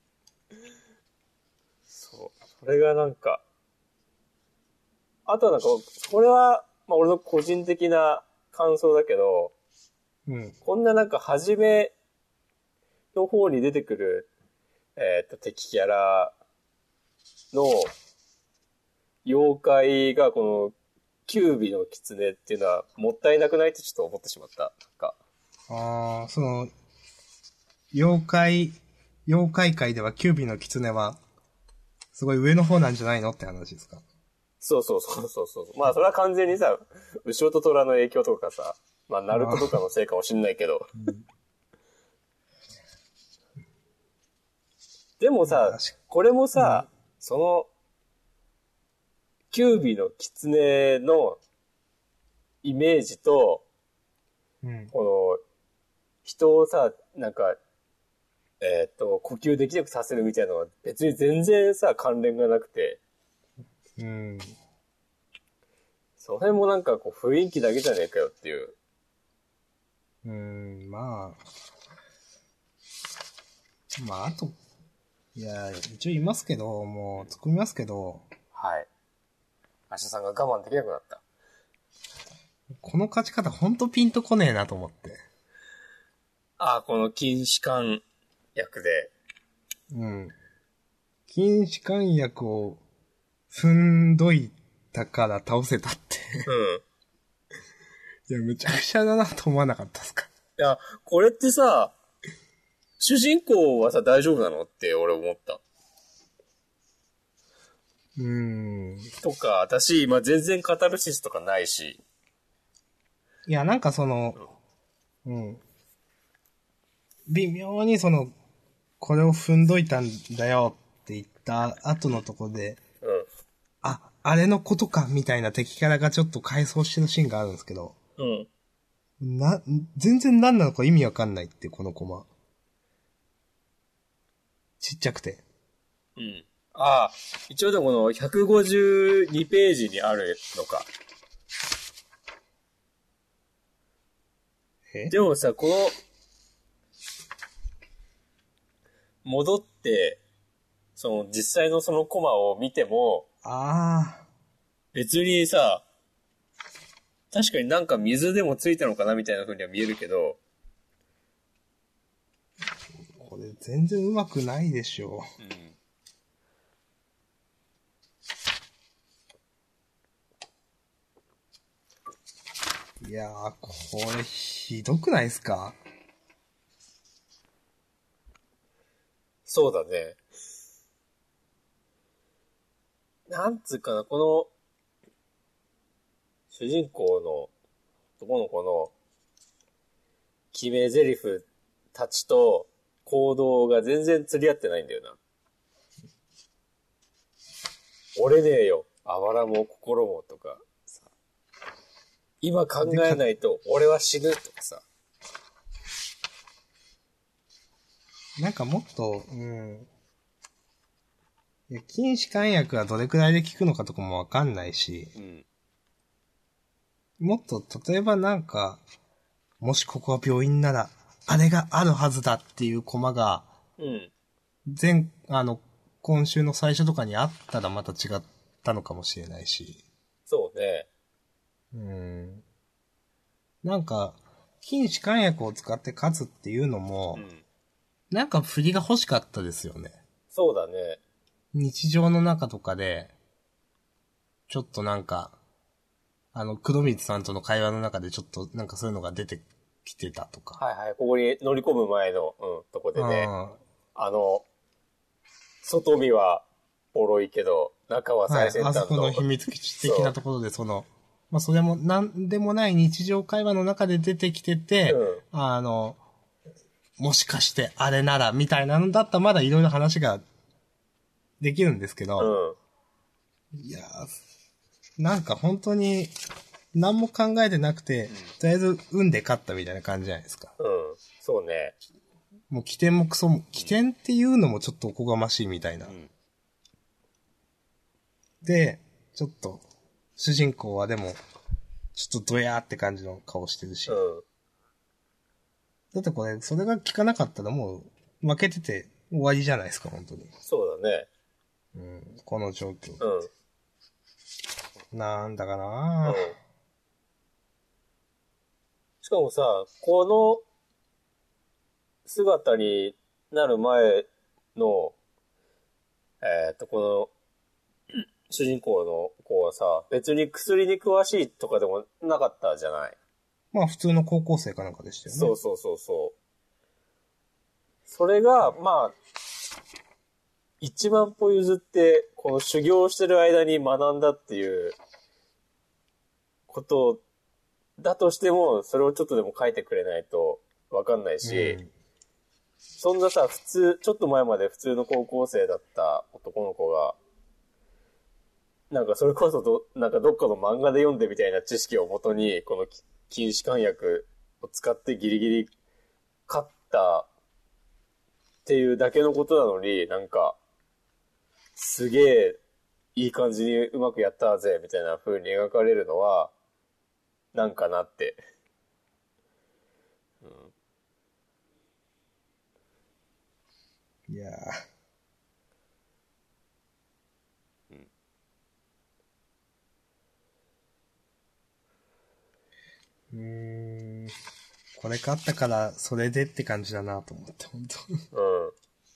そう。それがなんか、あとはなんか、これは、まあ俺の個人的な感想だけど、こんななんか初めの方に出てくる、敵キャラの妖怪がこのキュービの狐っていうのはもったいなくないってちょっと思ってしまった。 その、妖怪界ではキュービの狐は、すごい上の方なんじゃないのって話ですか？ そう。まあそれは完全にさ、後ろと虎の影響とかさ、まあナルトとかのせいかもしんないけど。でもさ、これもさ、その、キュービの狐のイメージと、この、人をさ、なんか、呼吸できなくさせるみたいなのは別に全然さ、関連がなくて。その辺もなんかこう雰囲気だけじゃねえかよっていう。 まああと、いや、一応言いますけど、もう突っ込みますけど。 はい。明日さんが我慢できなくなった。 この勝ち方ほんとピンとこねえなと思って。 この筋弛緩薬で。 筋弛緩薬を踏んどいたから倒せたって。いや、むちゃくちゃだなと思わなかったですか？ いや、これってさ、主人公はさ、大丈夫なのって俺思った。とか、私、まあ、全然カタルシスとかないし。 いや、なんかその、微妙にその、これを踏んどいたんだよって言った後のとこで、あれのことかみたいな敵キャラがちょっと回想してるシーンがあるんですけど、全然何なのか意味わかんないってこのコマ。ちっちゃくて。 一応でもこの152ページにあるのか。でもさ、この、戻って、その実際のそのコマを見ても、別にさ、確かになんか水でもついたのかなみたいな風には見えるけど、 全然上手くないでしょ。いやー、これひどくないですか？ そうだね。なんつうかな、この、主人公の男の子の決め台詞たちと行動が全然釣り合ってないんだよな。折れねえよ、あばらも心もとかさ。今考えないと俺は死ぬとかさ。 なんかもっと、いや筋弛緩薬はどれくらいで効くのかとかもわかんないし、もっと、例えばなんか、もしここは病院なら、あれがあるはずだっていうコマが、今週の最初とかにあったらまた違ったのかもしれないし。 そうね。 なんか、筋弛緩薬を使って勝つっていうのも、なんか振りが欲しかったですよね。 そうだね。 日常の中とかで、ちょっとなんか、黒光さんとの会話の中でちょっとなんかそういうのが出てきてたとか。 はいはい、ここに乗り込む前の、とこでね。外見はボロいけど、中は最先端の。 あそこの秘密基地的なところでまあ、それもなんでもない日常会話の中で出てきてて、もしかしてあれなら、みたいなのだったらまだいろいろ話ができるんですけど、いやー、なんか本当に何も考えてなくて、とりあえず運で勝ったみたいな感じじゃないですか。 そうね。 もう起点もクソも、起点っていうのもちょっとおこがましいみたいな。で、ちょっと、主人公はでも、ちょっとドヤーって感じの顔してるし。だってこれ、それが効かなかったらもう、負けてて終わりじゃないですか、本当に。 そうだね。 この状況。なんだかな、 しかもさ、この姿になる前の、この、主人公の子はさ、別に薬に詳しいとかでもなかったじゃない。 まあ普通の高校生かなんかでしたよね。 そう。それが、まあ、1万歩譲って、この修行してる間に学んだっていうことだとしても、それをちょっとでも書いてくれないとわかんないし、そんなさ、ちょっと前まで普通の高校生だった男の子が、なんかそれこそなんかどっかの漫画で読んでみたいな知識をもとに、この筋弛緩薬を使ってギリギリ勝ったっていうだけのことなのに、なんか、すげえいい感じにうまくやったぜ、みたいな風に描かれるのは、なんかなって。 いやこれ買ったからそれでって感じだなと思って、本当。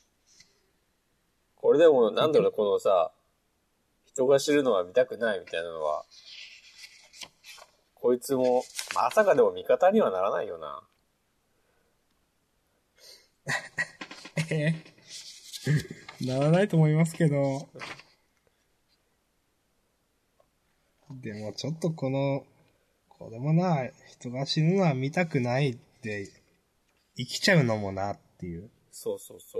これでも、なんだろう、このさ、人が知るのは見たくないみたいなのは、こいつも、まさかでも味方にはならないよな。 ならないと思いますけど。でもちょっとこれもな、人が死ぬのは見たくないって、生きちゃうのもなっていう。 そう。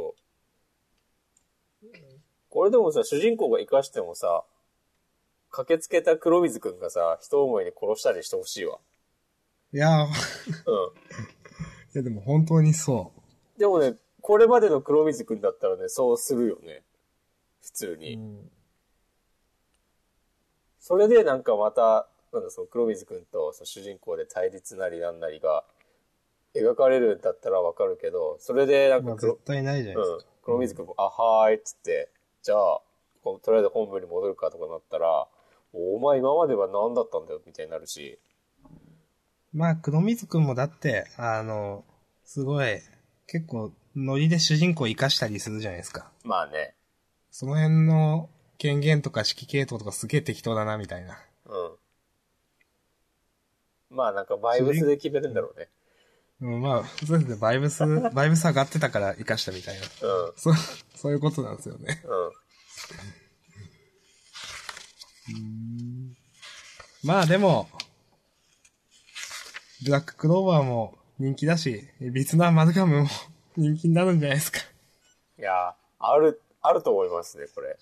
これでもさ、主人公が生かしてもさ、駆けつけた黒水くんがさ、人思いに殺したりしてほしいわ。 いやいやでも本当にそう。 でもね、これまでの黒水くんだったらね、そうするよね。普通に。それでなんかまた、なんだその黒水くんとその主人公で対立なりなんなりが描かれるんだったらわかるけど、それでなんか絶対ないじゃないですか。 黒水くんも、あはーいっつって、じゃあ、とりあえず本部に戻るかとかなったら、お前今までは何だったんだよみたいになるし。 まあ、黒水くんもだって、すごい、結構ノリで主人公を生かしたりするじゃないですか。 まあね。 その辺の権限とか指揮系統とかすげえ適当だな、みたいな。 うん。まあなんかバイブスで決めるんだろうね。 うん、まあ、そうですね、バイブス上がってたから生かしたみたいな。 うん。 そういうことなんですよね。まあでも、ブラッククローバーも人気だし、ビツナーマルガムも人気になるんじゃないですか。 いや、あると思いますね、これ。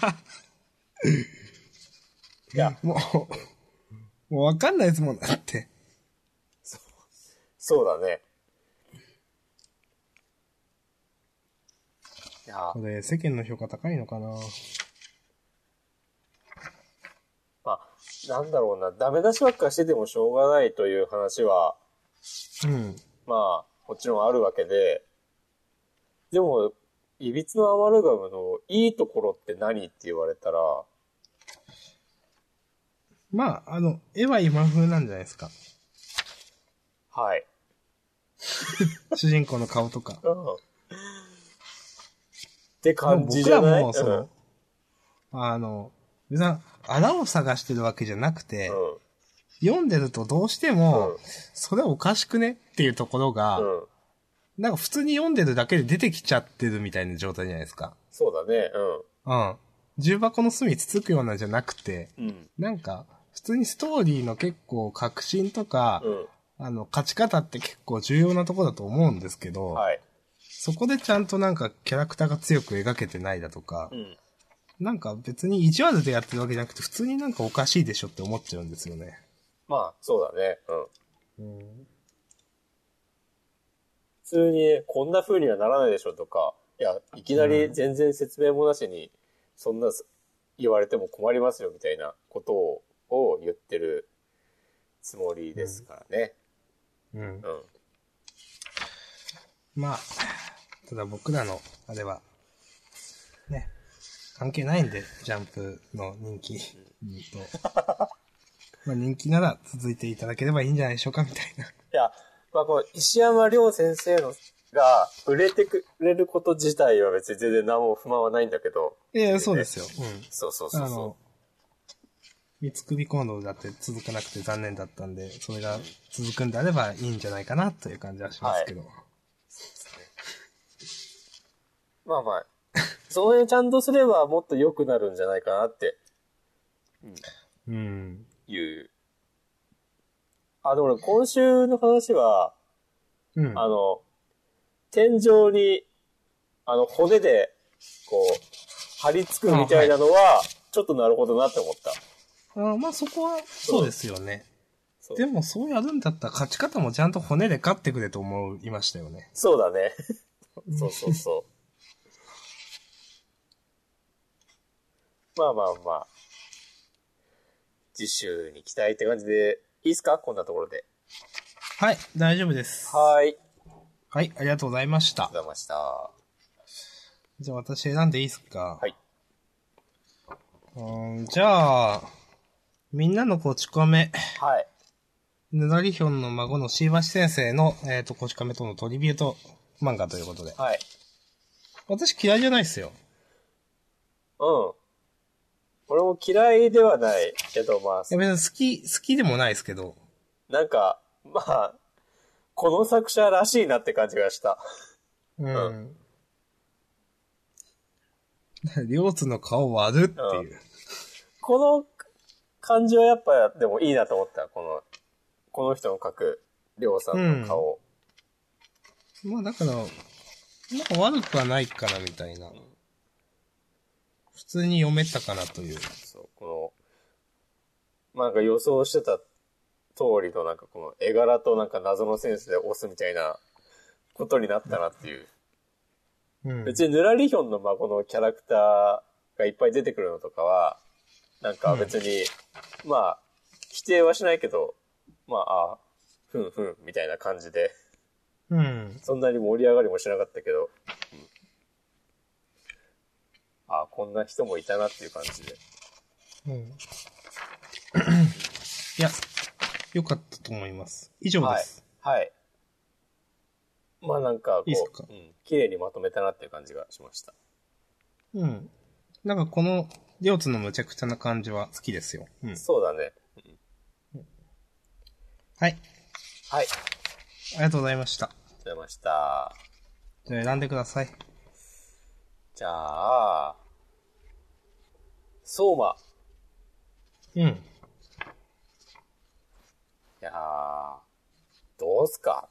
いや、もうわかんないですもん、だって。 そうだね。いや、 これ世間の評価高いのかな。 まあ、なんだろうな、ダメ出しばっかしててもしょうがないという話は、 うん。 まあ、もちろんあるわけで、でも、いびつのアマルガムのいいところって何って言われたら、 まあ、絵は今風なんじゃないですか。 はい。 主人公の顔とか。 うん。って感じじゃない？ 僕らも、別に、あらを探してるわけじゃなくて、読んでるとどうしても、それおかしくねっていうところが、なんか普通に読んでるだけで出てきちゃってるみたいな状態じゃないですか。 そうだね、 重箱の隅つつくようなんじゃなくて、なんか、普通にストーリーの結構革新とか、勝ち方って結構重要なところだと思うんですけど、 はい。 そこでちゃんとなんかキャラクターが強く描けてないだとか、なんか別に意地悪でやってるわけじゃなくて普通になんかおかしいでしょって思っちゃうんですよね。 まあ、そうだね。普通にこんな風にはならないでしょとか、いや、いきなり全然説明もなしに、そんな言われても困りますよみたいなことを言ってるつもりですからね。 まあ、ただ僕らの、あれは、ね、関係ないんで、ジャンプの人気と。まあ人気なら続いていただければいいんじゃないでしょうか、みたいな。 いや、まあこの石山亮先生のが売れてくれること自体は別に全然何も不満はないんだけど。 そうですよ。 そう。 三つ首コンドルだって続かなくて残念だったんで、それが続くんであればいいんじゃないかなという感じはしますけど。 まあまあ、その辺ちゃんとすればもっと良くなるんじゃないかなって。いう。でも俺今週の話は、天井に、骨で、こう、張り付くみたいなのは、ちょっとなるほどなって思った。 まあそこは、そうですよね。でもそうやるんだったら勝ち方もちゃんと骨で勝ってくれと思いましたよね。 そうだね。そう。まあ。次週に期待って感じで、いいですか？こんなところで。 はい、大丈夫です。 はい、 ありがとうございました。 ありがとうございました。 じゃあ私選んでいいですか？ はい。 じゃあ、みんなのこち亀。 はい。 ぬらりひょんの孫の椎橋先生の、こち亀とのトリビュート漫画ということで。 はい。 私嫌いじゃないっすよ。 俺も嫌いではないけど、まあ。 いや別に好きでもないですけど。 なんか、まあ、この作者らしいなって感じがした。 両津の顔割るっていう。 この感じはやっぱでもいいなと思った。この人の描く両さんの顔。 まあだから、なんか悪くはないかなみたいな。普通に読めたかなという。 そう、まあなんか予想してた通りのなんかこの絵柄となんか謎のセンスで押すみたいなことになったなっていう。別にヌラリヒョンの孫のキャラクターがいっぱい出てくるのとかは、なんか別に、まあ、否定はしないけど、まあ、ふんみたいな感じで。そんなに盛り上がりもしなかったけど、こんな人もいたなっていう感じで。いや、良かったと思います。以上です。 はい。 まあなんかこう、 いいっすか？ 綺麗にまとめたなっていう感じがしました。 うん。なんかこの、両津のむちゃくちゃな感じは好きですよ。うん。 そうだね。 はい。 はい。 ありがとうございました。 ありがとうございました。 じゃあ選んでください。 じゃあ、相馬。 うん。 いやー、どうすか？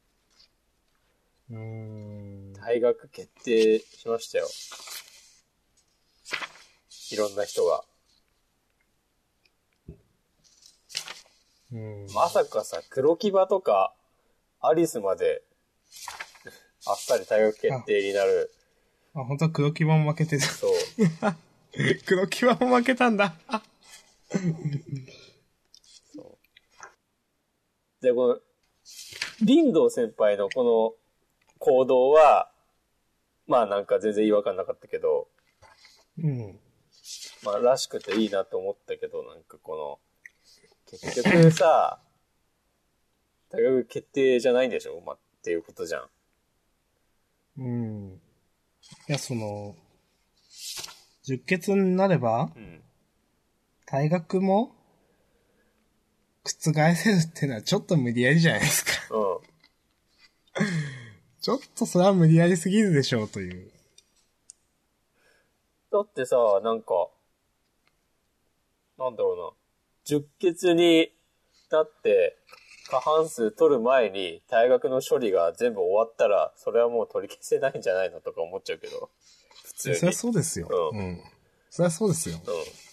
退学決定しましたよ。いろんな人が。まさかさ、黒木場とか、アリスまで、あっさり退学決定になる。 本当は黒木場も負けてた。 そう。 黒木場も負けたんだ。 そう。で、この、林道先輩のこの行動は、まあなんか全然違和感なかったけど、まあらしくていいなと思ったけど、なんかこの、結局さ、大学決定じゃないんでしょ？まあ、っていうことじゃん。 いや、十欠になれば、退学も、覆せるってのはちょっと無理やりじゃないですか。ちょっとそれは無理やりすぎるでしょうという。 だってさ、なんか、なんだろうな。十欠になって、過半数取る前に退学の処理が全部終わったら、それはもう取り消せないんじゃないのとか思っちゃうけど。普通に。 そりゃそうですよ。そりゃそうですよ。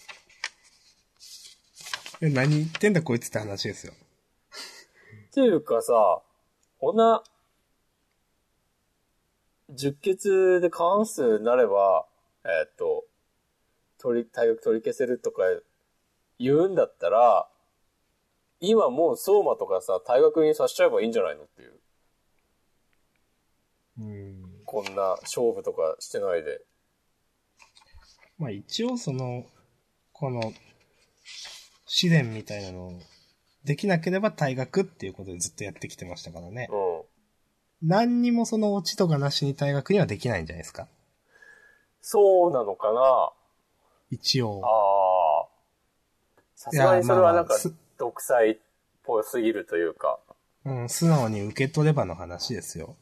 何言ってんだこいつって話ですよ。 っていうかさ、こんな、十欠で過半数になれば、退学取り消せるとか言うんだったら、今もう相馬とかさ、退学にさせちゃえばいいんじゃないのっていう。こんな勝負とかしてないで。 まあ一応この、試練みたいなのを、できなければ退学っていうことでずっとやってきてましたからね。何にもその落ちとかなしに退学にはできないんじゃないですか。 そうなのかな？ 一応。 さすがにそれはなんか、独裁っぽすぎるというか。 素直に受け取ればの話ですよ。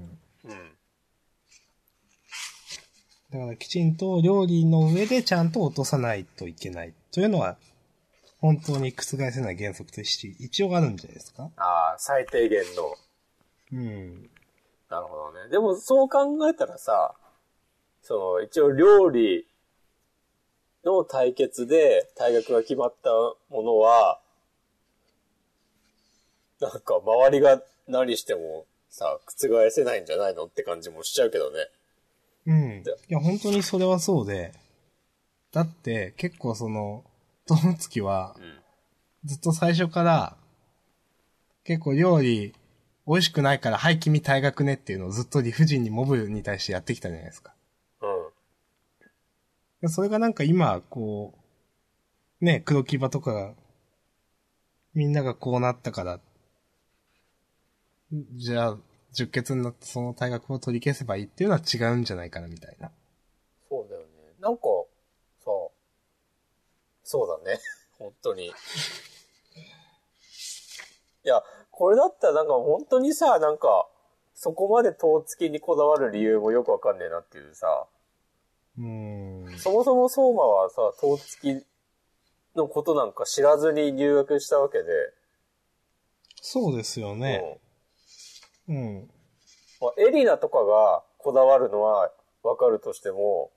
だからきちんと料理の上でちゃんと落とさないといけない。というのは、本当に覆せない原則として一応あるんじゃないですか？ 最低限の。なるほどね。でもそう考えたらさ、一応料理の対決で退学が決まったものは、なんか周りが何してもさ、覆せないんじゃないのって感じもしちゃうけどね。 いや、本当にそれはそうで、だって結構友月は、ずっと最初から、結構料理美味しくないから、はい、君退学ねっていうのをずっと理不尽にモブに対してやってきたじゃないですか。それがなんか今、こう、ね、黒木場とかが、みんながこうなったから、じゃあ、十欠になってその退学を取り消せばいいっていうのは違うんじゃないかなみたいな。 そうだよね。なんか、さ、そうだね。本当に。いや、これだったらなんか本当にさ、なんか、そこまで遠付きにこだわる理由もよくわかんねえなっていうさ。そもそも相馬はさ、遠付きのことなんか知らずに入学したわけで。 そうですよね。 まあ、エリナとかがこだわるのはわかるとしても、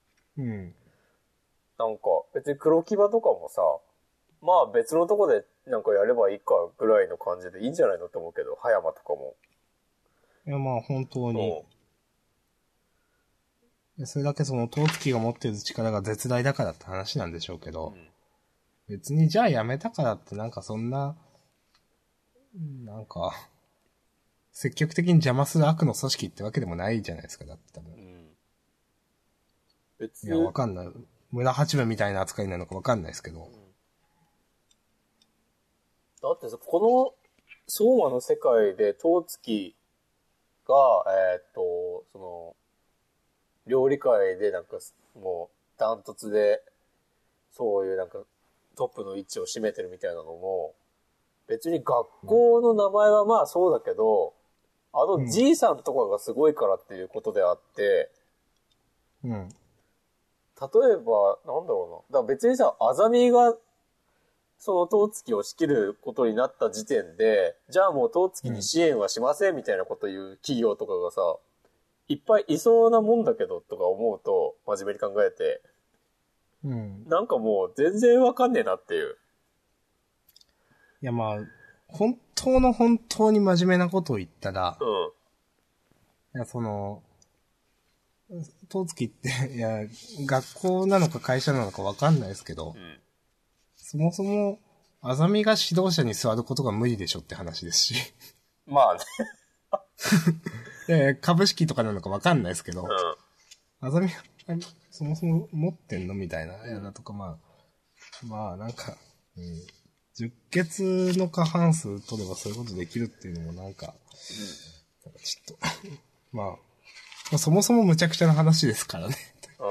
なんか別に黒木場とかもさ、まあ別のとこでなんかやればいいかぐらいの感じでいいんじゃないのって思うけど、葉山とかも。 いやまあ本当に。それだけ遠月が持ってる力が絶大だからって話なんでしょうけど、別にじゃあやめたからってなんかそんな、なんか、積極的に邪魔する悪の組織ってわけでもないじゃないですか、だって多分。いや、わかんない。村八分みたいな扱いなのかわかんないですけど。 だってさ、この相馬の世界で遠月が、その、料理界でなんか、もう、ダントツで、そういうなんか、トップの位置を占めてるみたいなのも、別に学校の名前はまあそうだけど、あのじいさんとかがすごいからっていうことであって、 うん。 例えば、なんだろうな。だから別にさ、あざみが、そのトーツキを仕切ることになった時点で、じゃあもうトーツキに支援はしませんみたいなこと言う企業とかがさ、いっぱいいそうなもんだけどとか思うと、真面目に考えて、 うん。 なんかもう全然わかんねえなっていう。 いやまあ、本当の本当に真面目なことを言ったら、 うん。 いやその、当月って、いや、学校なのか会社なのかわかんないですけど、 うん。 そもそも、あざみが指導者に座ることが無理でしょって話ですし。 まあね。 株式とかなのかわかんないですけど、 うん。 あざみが、そもそも持ってんのみたいな、やだとか、まあなんか、うん、十血の過半数取ればそういうことできるっていうのもなんかちょっと、まあ、そもそも無茶苦茶な話ですからね。 うん。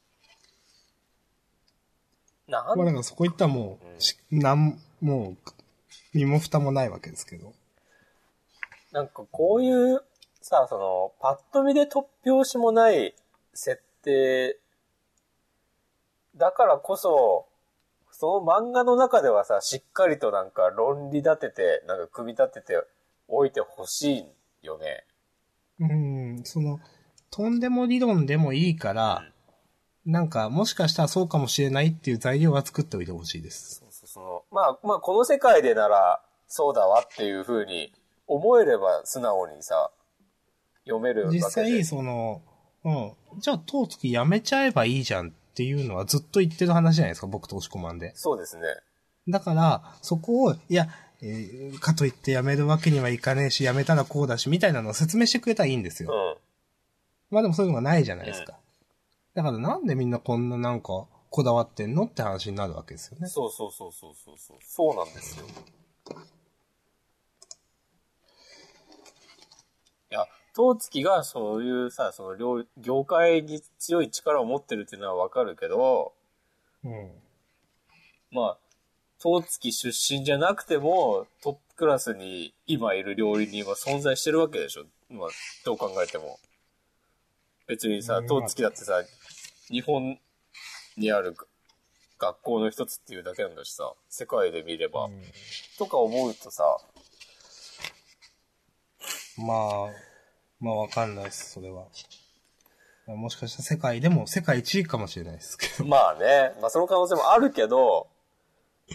まあだからそこ行ったらもう、もう、身も蓋もないわけですけど。 なんかこういう、さ、その、パッと見で突拍子もない設定だからこそ、その漫画の中ではさ、しっかりとなんか論理立てて、なんか組み立てておいてほしいよね。 とんでも理論でもいいから、なんか、もしかしたらそうかもしれないっていう材料は作っておいてほしいです。 まあ、この世界でなら、そうだわっていう風に思えれば素直にさ、読めるわけで。 実際、じゃあ、当月やめちゃえばいいじゃんっていうのはずっと言ってる話じゃないですか、僕と押し込まんで。 そうですね。 だから、そこを、いや、かといってやめるわけにはいかねえし、やめたらこうだし、みたいなのを説明してくれたらいいんですよ。 うん。 まあでもそういうのがないじゃないですか。だからなんでみんなこんななんか、こだわってんのって話になるわけですよね。 そうなんですよ。いや、当月がそういうさ、その業界に強い力を持ってるっていうのはわかるけど、 うん。 まあ、当月出身じゃなくても、トップクラスに今いる料理人は存在してるわけでしょ。まあ、どう考えても。別にさ、当月だってさ、日本にある学校の一つっていうだけなんだしさ、世界で見れば。とか思うとさ、 まあわかんないです、それは。もしかしたら世界でも世界一位かもしれないですけど。 まあね、まあその可能性もあるけど、い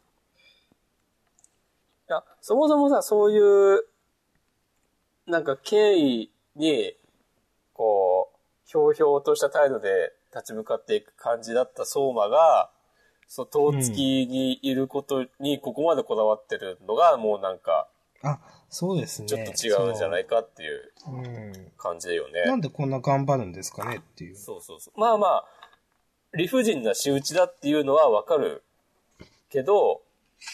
や、そもそもさ、そういう、なんか経緯に、こう、ひょうひょうとした態度で立ち向かっていく感じだった相馬が、そう、当月にいることにここまでこだわってるのが、もうなんか、 そうですね。 ちょっと違うんじゃないかっていう感じだよね。 なんでこんな頑張るんですかねっていう。 そう。まあまあ、理不尽な仕打ちだっていうのはわかるけど、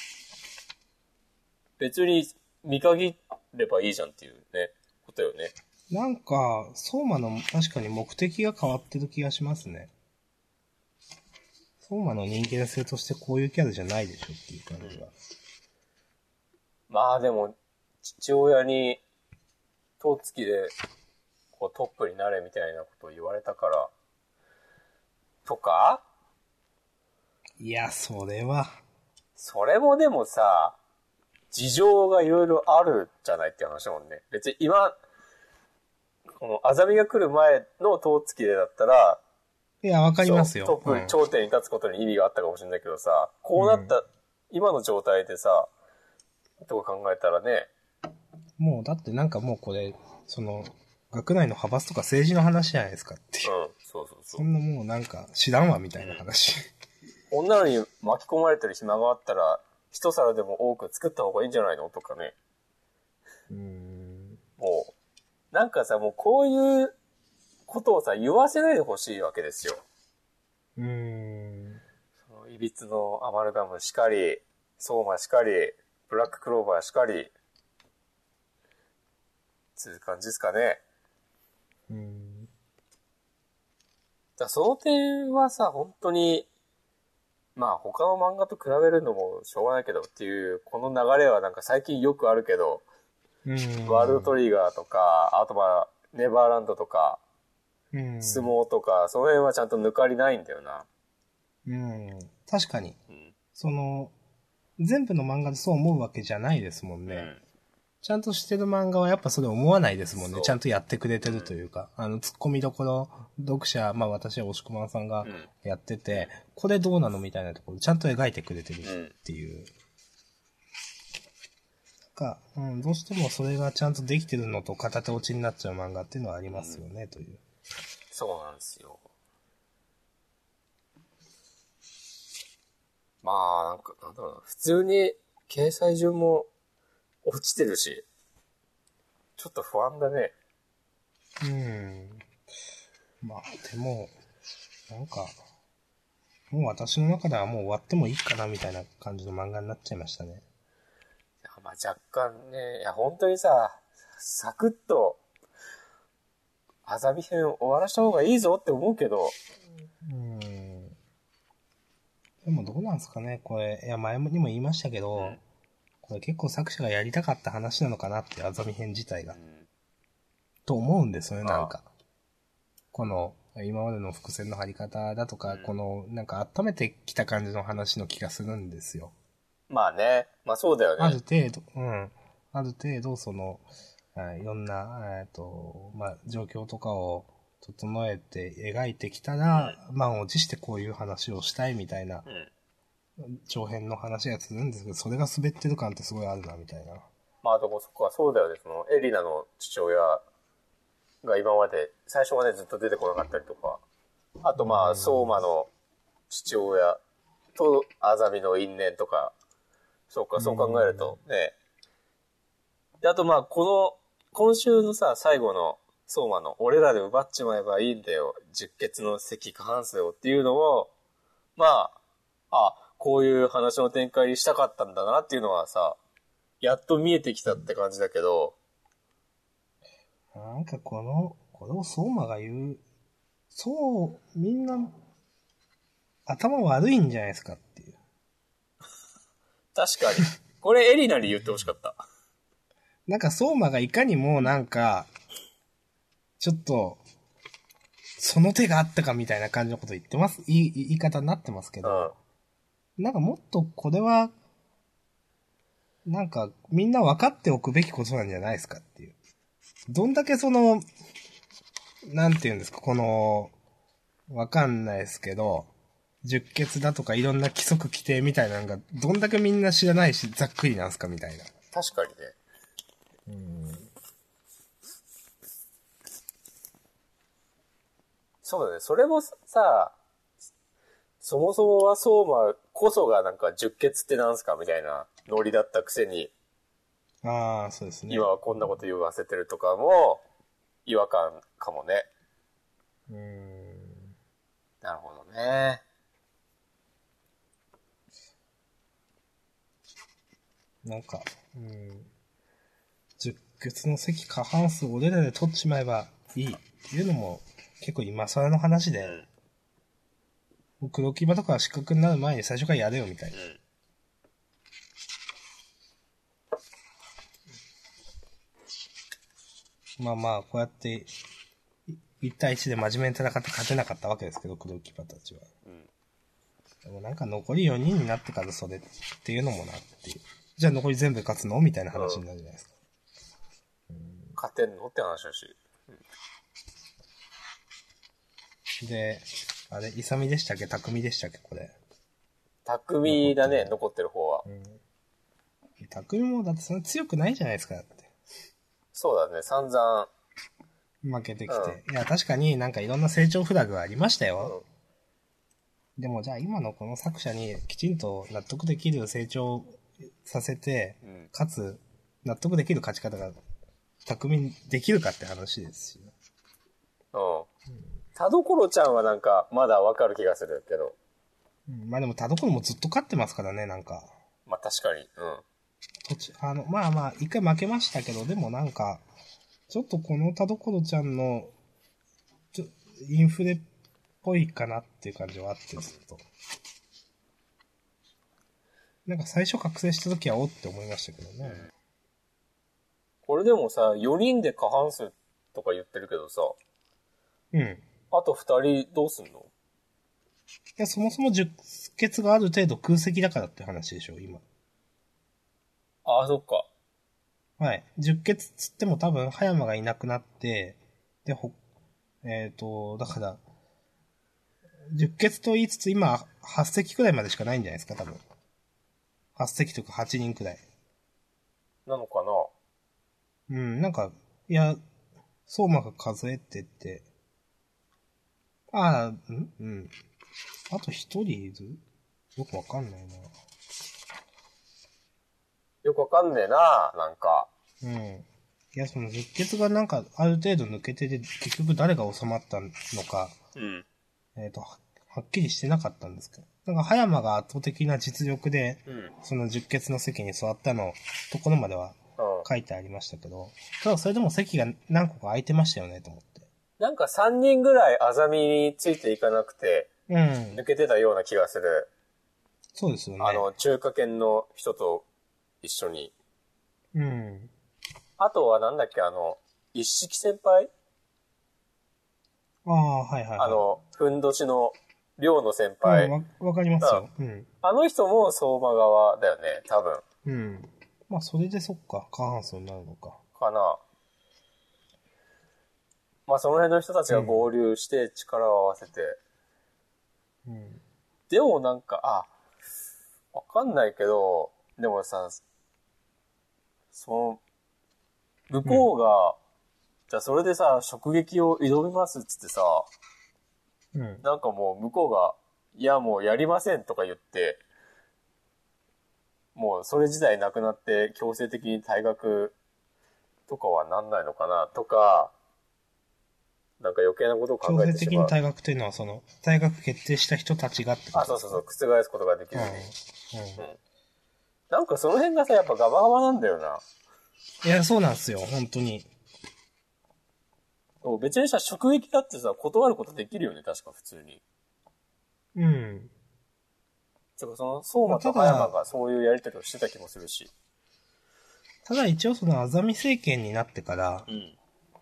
別に見限ればいいじゃんっていうね、ことよね。 なんか、相馬の確かに目的が変わってる気がしますね。相馬の人間性としてこういうキャラじゃないでしょっていう感じが。 まあでも、父親に、当月で、こうトップになれみたいなことを言われたから、とかいや、それは。 それもでもさ、事情がいろいろあるじゃないって話だもんね。別に今、このアザミが来る前の当月でだったら、 いや、わかりますよ。 トップ、頂点に立つことに意味があったかもしれないけどさ、こうなった、今の状態でさ、とか考えたらね。 もう、だってなんかもうこれ、学内の派閥とか政治の話じゃないですかっていう。 そう。 そんなもうなんか、知らんわみたいな話。 女のに巻き込まれてる暇があったら、一皿でも多く作った方がいいんじゃないのとかね。もう、なんかさ、もうこういうことをさ、言わせないでほしいわけですよ。その、いびつのアマルガムしかり、相馬しかり、ブラッククローバーしかり、 つう感じですかね。だその点はさ、本当に、まあ他の漫画と比べるのもしょうがないけどっていう、この流れはなんか最近よくあるけど、ワールドトリガーとか、あとまあ、ネバーランドとか、相撲とか、その辺はちゃんと抜かりないんだよな。 確かに。その、全部の漫画でそう思うわけじゃないですもんね。ちゃんとしてる漫画はやっぱそれ思わないですもんね。ちゃんとやってくれてるというか、突っ込みどころ、読者、まあ私は押し込まんさんがやってて、これどうなのみたいなところちゃんと描いてくれてるっていう。どうしてもそれがちゃんとできてるのと片手落ちになっちゃう漫画っていうのはありますよね、という。 そうなんですよ。まあ、なんだろうな、普通に掲載順も落ちてるし、ちょっと不安だね。 まあ、でも、なんか、もう私の中ではもう終わってもいいかなみたいな感じの漫画になっちゃいましたね。 まあ若干ね、いや本当にさ、サクッと、あざみ編終わらした方がいいぞって思うけど。 でもどうなんすかね、これ。いや、前にも言いましたけど、これ結構作者がやりたかった話なのかなって、あざみ編自体が。と思うんですよね、なんか。この、今までの伏線の張り方だとか、この、なんか温めてきた感じの話の気がするんですよ。 まあね。まあそうだよね。 ある程度、その、いろんな、まあ、状況とかを整えて描いてきたら、満を持してこういう話をしたいみたいな、長編の話がするんですけど、それが滑ってる感ってすごいあるな、みたいな。 まあでもそこはそうだよね。その、エリナの父親が今まで、最初はね、ずっと出てこなかったりとか、あとまあ、相馬の父親とアザミの因縁とか、そうか、そう考えるとね。で、あとまあ、今週のさ、最後の相馬の、俺らで奪っちまえばいいんだよ。十血の席過半数をっていうのを、まあ、こういう話の展開にしたかったんだなっていうのはさ、やっと見えてきたって感じだけど。 なんかこれを相馬が言う、みんな、頭悪いんじゃないですかっていう。 確かに。これエリナに言ってほしかった。 なんか相馬がいかにもなんか、ちょっと、その手があったかみたいな感じのこと言ってます。言い方になってますけど、なんかもっとこれは、なんかみんな分かっておくべきことなんじゃないですかっていう。どんだけその、なんていうんですか、この、わかんないですけど、十血だとかいろんな規則規定みたいなのが、どんだけみんな知らないし、ざっくりなんすかみたいな。 確かにね。そうだね。それもさ、そもそもは相馬こそがなんか十血ってなんすかみたいなノリだったくせに。 そうですね。 今はこんなこと言わせてるとかも、違和感かもね。なるほどね。 なんか、十血の席過半数俺らで取っちまえばいいっていうのも結構今更の話で、黒木場とかは失格になる前に最初からやれよみたいな。まあまあ、こうやって、1対1で真面目に戦って勝てなかったわけですけど、黒木場たちは。でもなんか残り4人になってからそれっていうのもなっていう。じゃあ残り全部勝つのみたいな話になるじゃないですか。 勝てんのって話だし。 で、あれ、イサミでしたっけ匠でしたっけこれ。 匠だね、残ってる方は。 匠もだってそんな強くないじゃないですか、だって。 そうだね、散々。 負けてきて。いや、確かになんかいろんな成長フラグがありましたよ。でもじゃあ今のこの作者にきちんと納得できる成長させて、かつ納得できる勝ち方が匠にできるかって話ですし。 田所ちゃんはなんかまだわかる気がするけど。 まあでも田所もずっと勝ってますからね、なんか。 まあ確かに。 まあまあ一回負けましたけど、でもなんか、 ちょっとこの田所ちゃんの、インフレっぽいかなっていう感じはあってずっと。なんか最初覚醒した時はおって思いましたけどね。 これでもさ、4人で過半数とか言ってるけどさ。 うん。 あと2人どうすんの？ いや、そもそも10血がある程度空席だからって話でしょ、今。 ああ、そっか。 はい。10血つっても多分、葉山がいなくなって、で、だから、10血と言いつつ今、8席くらいまでしかないんじゃないですか、多分。8席とか8人くらい。 なのかな？ うん、なんか、いや、相馬が数えてて、うん。あと一人いる？よくわかんないな。 よくわかんねえな、なんか。 うん。いや、その熱血がなんかある程度抜けてて、結局誰が収まったのか、 うん。 はっきりしてなかったんですけど。なんか、葉山が圧倒的な実力で、 うん。 その十血の席に座ったの、ところまでは書いてありましたけど、ただそれでも席が何個か空いてましたよね、と思って。 なんか3人ぐらいあざみについていかなくて、 うん。 抜けてたような気がする。 そうですよね。 中華圏の人と一緒に。 うん。 あとはなんだっけ、一式先輩？ ああ、はいはい、はい。 ふんどしの寮の先輩。 うん、わかりますよ。うん。 あの人も相馬側だよね、多分。 うん。まあ、それでそっか、過半数になるのか。 かな。まあ、その辺の人たちが合流して力を合わせて。 うん。 でもなんか、わかんないけど、でもさ、向こうが、じゃあそれでさ、直撃を挑みますっつってさ、 うん。 なんかもう向こうが、いやもうやりませんとか言って、もうそれ自体なくなって強制的に退学とかはなんないのかなとか、なんか余計なことを考えてしまう。 強制的に退学というのは、退学決定した人たちがってことですか？ そう、覆すことができるように。なんかその辺がさ、やっぱガバガバなんだよな。 いや、そうなんですよ、本当に。 別にさ、直撃だってさ、断ることできるよね、確か普通に。 うん。 相馬と葉山がそういうやりとりをしてた気もするし。 ただ一応アザミ政権になってから、 うん。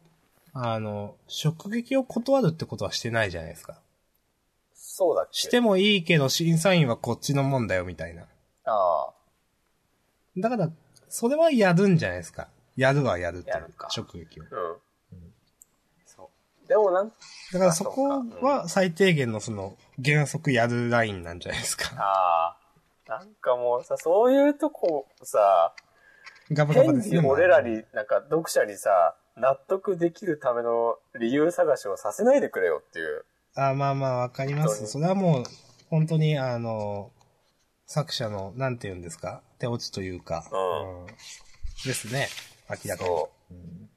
直撃を断るってことはしてないじゃないですか。 そうだっけ？ してもいいけど審査員はこっちのもんだよみたいな。 ああ。 だから、それはやるんじゃないですか。やるはやるっていうか。 直撃を。 そう。でもだからそこは最低限の原則やるラインなんじゃないですか。 ああ。なんかもうさ、そういうとこさ、 ガバガバですね。 変に俺らに、なんか読者にさ、納得できるための理由探しをさせないでくれよっていう。 まあわかります。それはもう、本当に作者の、なんて言うんですか、手落ちというか、ですね。明らかに。そう。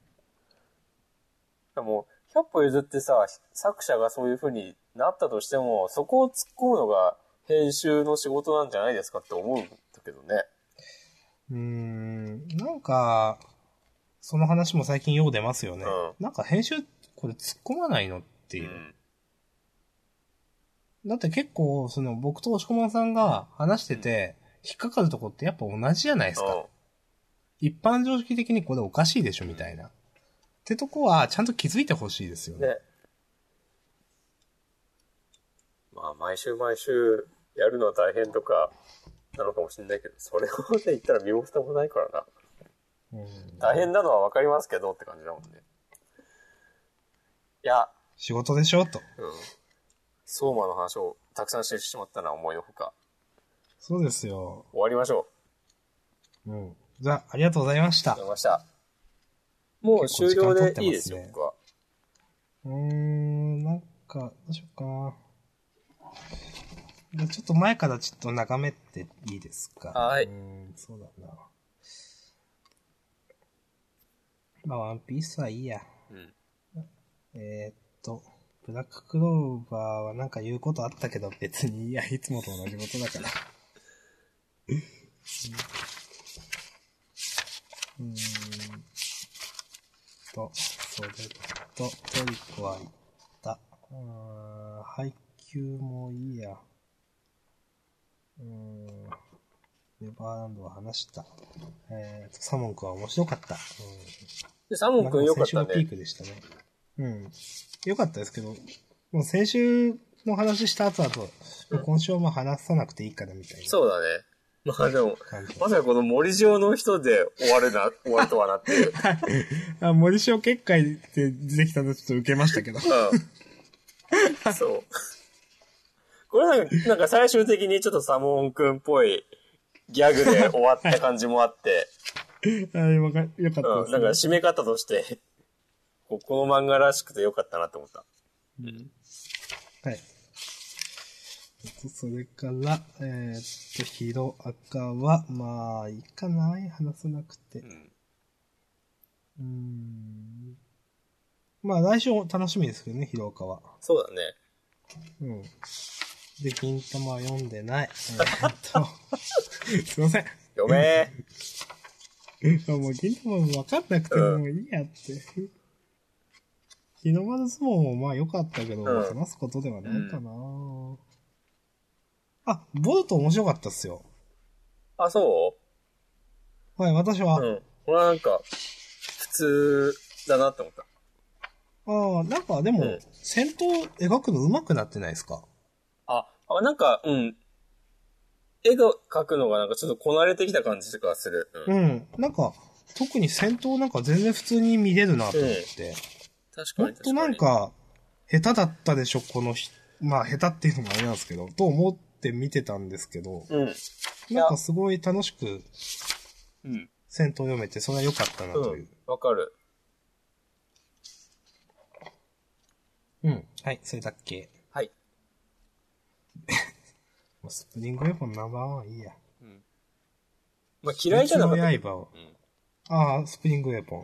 でも、100歩譲ってさ、作者がそういう風になったとしても、そこを突っ込むのが編集の仕事なんじゃないですかって思うんだけどね。 なんか、その話も最近よう出ますよね。なんか編集、これ突っ込まないのっていう。だって結構、僕と押し込まさんが話してて、引っかかるとこってやっぱ同じじゃないですか。一般常識的にこれおかしいでしょみたいな。ってとこはちゃんと気づいてほしいですよね。 まあ、毎週やるのは大変とか、なのかもしれないけど、それをね、言ったら身も蓋もないからな。大変なのはわかりますけどって感じだもんね。いや。 仕事でしょと。 相馬の話をたくさんしてしまったのは思いのほか。 そうですよ。 終わりましょう。じゃあ、ありがとうございました。 ありがとうございました。もう終了でいいですよ、僕は。 なんか、どうしようかな。ちょっと前からちょっと眺めていいですか？ はい。 そうだな。まあ、ワンピースはいいや。ブラッククローバーはなんか言うことあったけど別にいや、いつもと同じことだから。 それと、トリコは言った。配給もいいや。ネバーランドは話した。サモン君は面白かった。 で、サモン君良かったね。 先週がピークでしたね。良かったですけど、もう先週の話した後だと、今週はまあ話さなくていいかなみたいな。 そうだね。まあでも、まさかこの森塩の人で終わるとはなっていう。 森塩結界で出てきたのちょっと受けましたけど。 そう。これなんか最終的にちょっとサモン君っぽいギャグで終わった感じもあって。 よかったです、ね。 なんか締め方として、この漫画らしくてよかったなと思った。 はい。それから、ヒロアカは、まあ、いいかな、話さなくて。まあ、来週楽しみですけどね、ヒロアカは。 そうだね。 で、銀玉は読んでない。すいません。 読めもう銀玉も分かんなくてもういいやって。日の丸相撲もまあ良かったけど、話すことではないかな。ボルト面白かったっすよ。 あ、そう？ はい、私は。 これはなんか、普通だなって思った。 なんかでも、戦闘描くの上手くなってないですか？ なんか、絵が描くのがなんかちょっとこなれてきた感じとかする。 なんか、特に戦闘なんか全然普通に見れるなと思って。 確かに。 もっとなんか、下手だったでしょ、この人。まあ、下手っていうのもあれなんですけど、と思って見てたんですけど、なんかすごい楽しく、戦闘読めて、それは良かったなという。 わかる。 はい、それだっけ。 はい。 スプリングウェポンナンバーワンいいや。 まあ、嫌いじゃなかった。 刃を。スプリングウェポ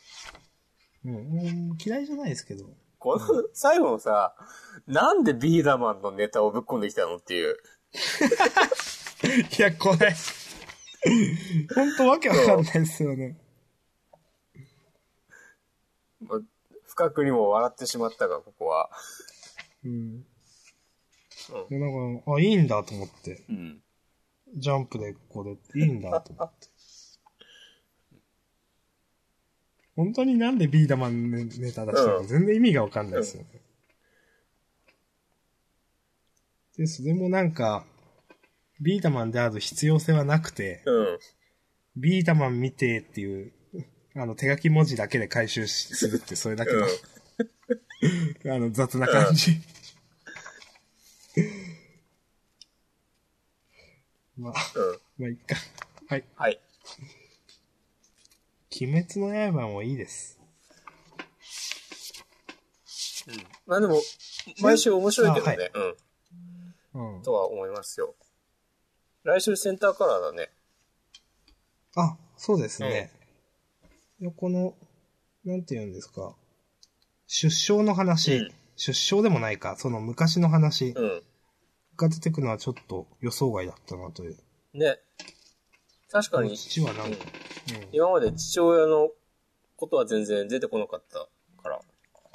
ン。嫌いじゃないですけど。 この、最後のさ、なんでビーダマンのネタをぶっ込んできたのっていう。 いや、これ、ほんとわけわかんないですよね。 不覚にも笑ってしまったが、ここは。 なんか、いいんだと思って。ジャンプでこれいいんだと思って。本当になんでビーダマンネタ出したのか全然意味がわかんないですよね。で、それもなんか、ビーダマンである必要性はなくて、ビーダマン見てっていう、手書き文字だけで回収するって、それだけの、雑な感じ。まあいっか。はい。 はい。 鬼滅の刃もいいです。 まあでも、毎週面白いけどね。とは思いますよ。来週センターカラーだね。 そうですね。この、なんて言うんですか。出生の話、出生でもないか、その昔の話が出てくるのはちょっと予想外だったなという。 ね。確かに。 父はなんか、 今まで父親のことは全然出てこなかったから。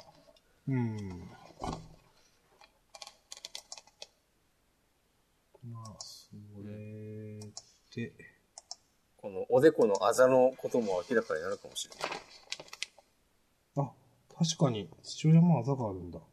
まあ、それで、 このおでこのあざのことも明らかになるかもしれない。 確かに、父親もあざがあるんだ。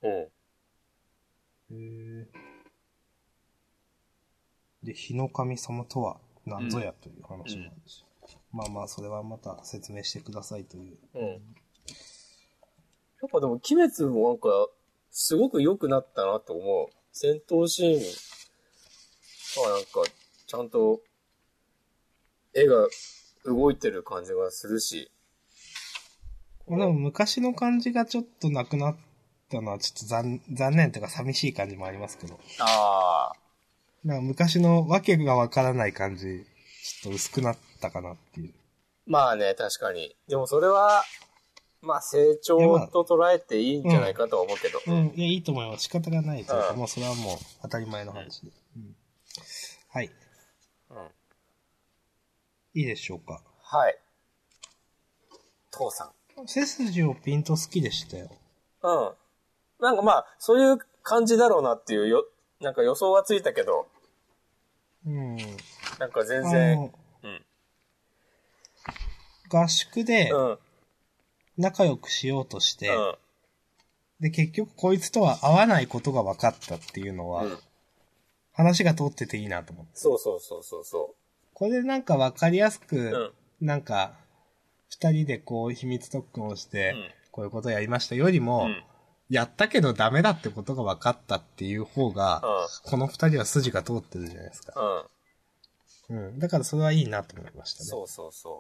で、日の神様とは何ぞやという話なんですよ。まあ、それはまた説明してくださいという。 やっぱでも、鬼滅もなんか、すごく良くなったなと思う。戦闘シーンはなんか、ちゃんと、絵が動いてる感じがするし。 でも昔の感じがちょっとなくなったのはちょっと残念というか寂しい感じもありますけど。なんか昔のわけがわからない感じ、ちょっと薄くなったかなっていう。 まあね、確かに。でもそれは、まあ成長と捉えていいんじゃないかとは思うけど。 いや、いいと思います。仕方がないというか、もうそれはもう当たり前の話で。はい。いいでしょうか。 はい。父さん。 背筋をピンと好きでしたよ。 うん。なんかまあ、そういう感じだろうなっていうなんか予想はついたけど。 うん。 なんか全然。うん。 合宿で、 うん。 仲良くしようとして、 うん。 で、結局こいつとは合わないことが分かったっていうのは、 うん、 話が通ってていいなと思って。 そうそうそうそうそう。 これでなんか分かりやすく、 うん、 なんか、二人でこう秘密特訓をして、 うん、 こういうことやりましたよりも、 うん、 やったけどダメだってことが分かったっていう方が、 うん、 この二人は筋が通ってるじゃないですか。うん。だからそれはいいなと思いましたね。 そうそうそう。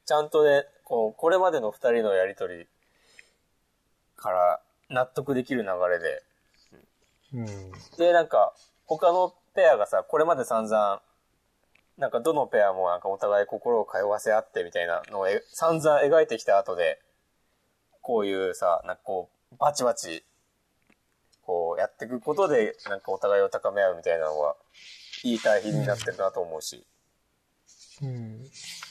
ちゃんとね、これまでの二人のやりとりから納得できる流れで。 うん。 で、なんか、他のペアがさ、これまで散々、なんかどのペアもなんかお互い心を通わせ合ってみたいなのを散々描いてきた後で、こういうさ、なんかこう、バチバチ、こうやっていくことで、なんかお互いを高め合うみたいなのは、いい対比になってるなと思うし。 うん。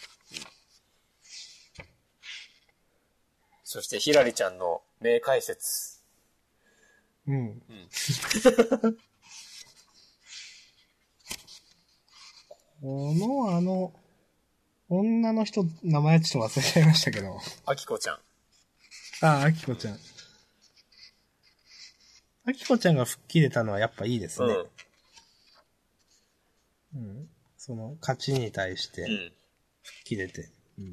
そしてひらりちゃんの名解説。 うん。この女の人、名前ちょっと忘れちゃいましたけど。 あきこちゃん。 あきこちゃん。あきこちゃんが吹っ切れたのはやっぱいいですね。うん。その、勝ちに対して、吹っ切れて。うん。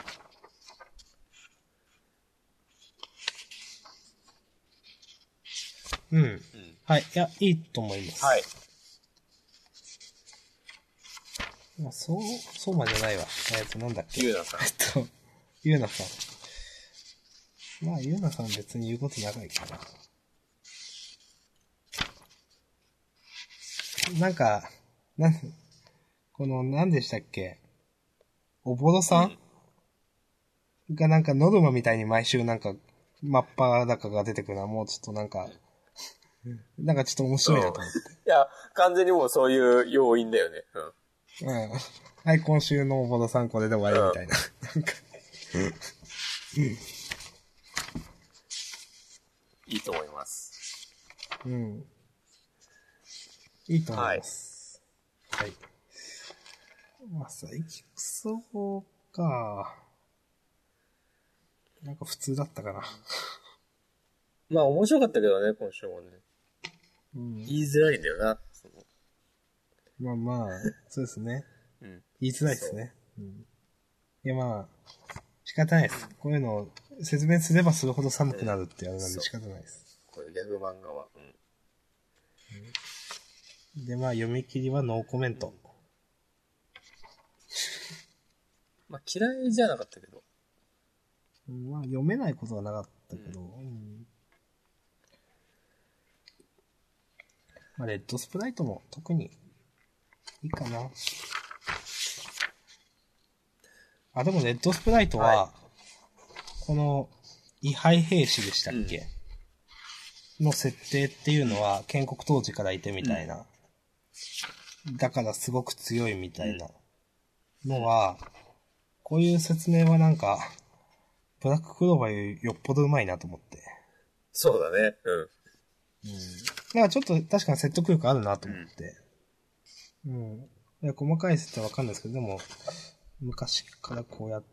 うん。うん。はい。いや、いいと思います。 はい。 まあ、そうまでないわ。なんだっけ。 ゆうなさん。 ゆうなさん。まあ、ゆうなさん別に言うこと長いかな。なんか、何でしたっけ？おぼろさん、がなんかノルマみたいに毎週なんか、マッパー高が出てくるのはもうちょっとなんか、なんかちょっと面白いなと思って。 いや、完全にもうそういう要因だよね。 うん。はい、今週のおぼろさんこれで終わりみたいな。なんかいいと思います。 うん。いいと思います。はい。まあ、最近そうか。なんか普通だったかな。 まあ面白かったけどね、今週もね。 うん、 言いづらいんだよな。 まあまあ、そうですね。うん、言いづらいですね。うん、いやまあ、仕方ないです。こういうのを説明すればするほど寒くなるってあれなんで仕方ないです。 こういうギャグ漫画は。 で、まあ読み切りはノーコメント。 まあ嫌いじゃなかったけど。 まあ読めないことはなかったけど、まあレッドスプライトも特にいいかな。あ、でもレッドスプライトは、この位牌兵士でしたっけ、の設定っていうのは建国当時からいてみたいな。だからすごく強いみたいなのは、こういう説明はなんか、ブラッククローバーよりよっぽど上手いなと思って。 そうだね。うん。 だからちょっと確かに説得力あるなと思って。いや細かい説はわかんないですけど、でも、昔からこうやって、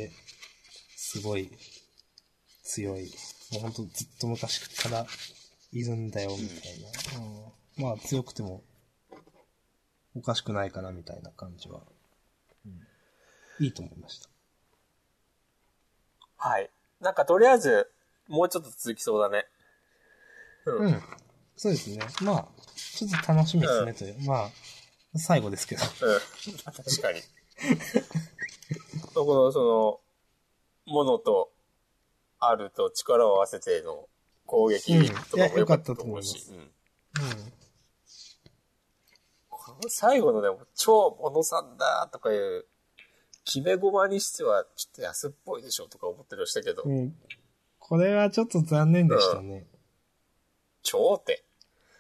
すごい強い。もうほんとずっと昔からいるんだよ、みたいな。まあ強くても、おかしくないかな、みたいな感じは。いいと思いました。 はい。なんかとりあえず、もうちょっと続きそうだね。 そうですね。まあ、ちょっと楽しみですね、という。まあ、最後ですけど。 確かに。その、モノと、あると力を合わせての攻撃とかも良かったと思うし。この最後のでも、超モノさんだとかいう、決め駒にしては、ちょっと安っぽいでしょとか思ってましたけど。 これはちょっと残念でしたね。 超って。